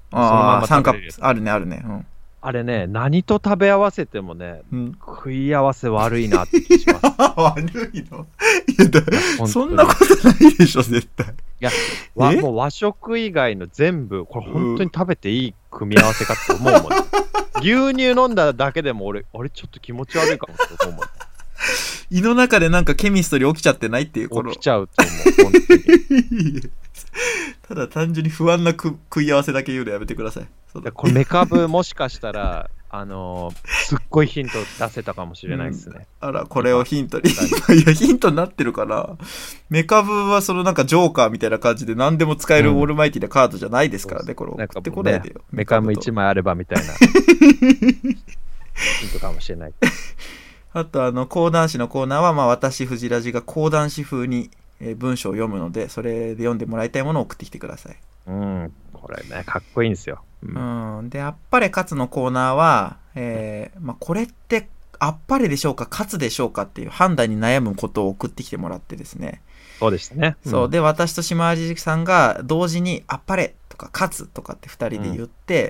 3カップ。あるね、あるね。 あれね、何と食べ合わせてもね、食い合わせ悪いなって気します。 悪いの？いや、そんなことないでしょ、絶対。 いや、もう和食以外の全部、これ本当に食べていい組み合わせかって思うもん、ね。牛乳飲んだだけでも俺ちょっと気持ち悪いかもって思うもん。 胃の中でなんかケミストリー起きちゃってないっていう起きちゃうと思う、本当に。 ただ単純に不安な食い合わせだけ言うのやめてください。 これメカブもしかしたらすっごいヒント出せたかもしれないですね。 あら、これをヒントに。いや、ヒントになってるかな。メカブはなんかジョーカーみたいな感じで何でも使えるオールマイティなカードじゃないですからね、これ送ってこないでよ。 メカブ1枚あればみたいなヒントかもしれない。 あと講談師のコーナーは私藤ラジが講談師風に、 文章を読むので、それで読んでもらいたいものを送ってきてください。 これね、かっこいいんですよ。 で、あっぱれ勝つのコーナーは、これってあっぱれでしょうか勝つでしょうかっていう判断に悩むことを送ってきてもらってですね。 そうでしたね。 そうで、私と島味さんが同時にあっぱれとか勝つとかって2人で言って、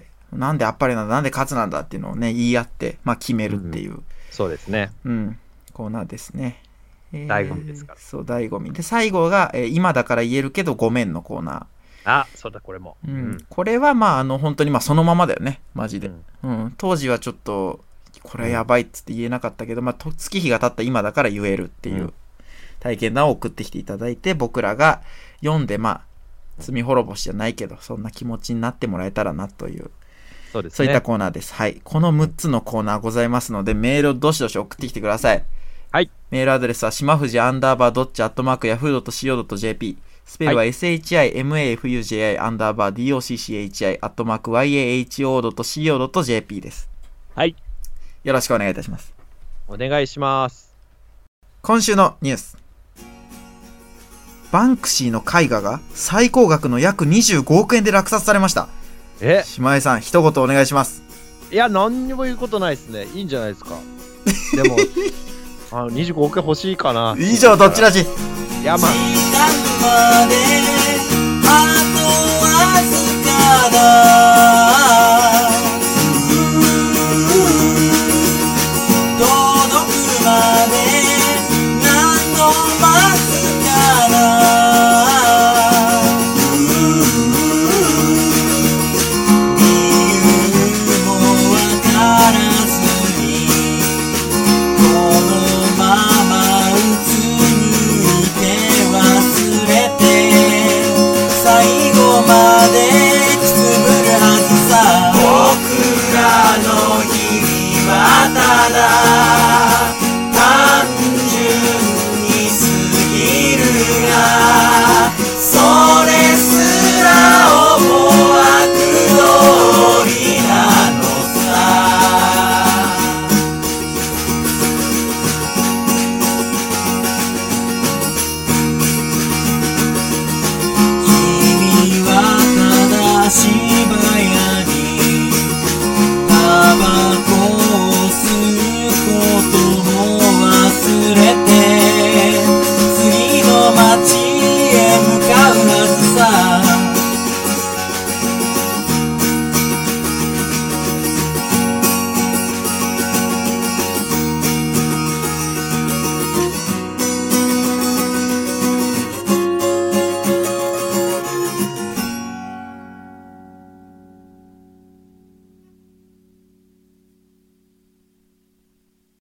なんであっぱれなんだなんで勝つなんだっていうのをね言い合って、決めるっていう、 そうですね。 コーナーですね。 醍醐味ですから。 そう、醍醐味で、最後が、今だから言えるけどごめんのコーナー。 そうだ、これも。 これは本当にそのままだよね、マジで。当時はちょっとこれやばいっつって言えなかったけど、月日が経った今だから言えるっていう体験談を送ってきていただいて、僕らが読んで罪滅ぼしじゃないけどそんな気持ちになってもらえたらなという、 そうですね、 そういったコーナーです。はい、この6つのコーナーございますので、メールをどしどし送ってきてください。 はい、 メールアドレスはしまふじ_.yahoo.co.jp、スペルは shimafujii_docchi_yahoo.co.jp です。 はい、 よろしくお願いいたします。 お願いします。 今週のニュース。バンクシーの絵画が最高額の約25億円で落札されました。島江さん、一言お願いします。 いや、何にも言うことないですね。いいんじゃないですか。でも25億円欲しいかな。 以上、どっちらじ。 やまん。 芝屋にタバコ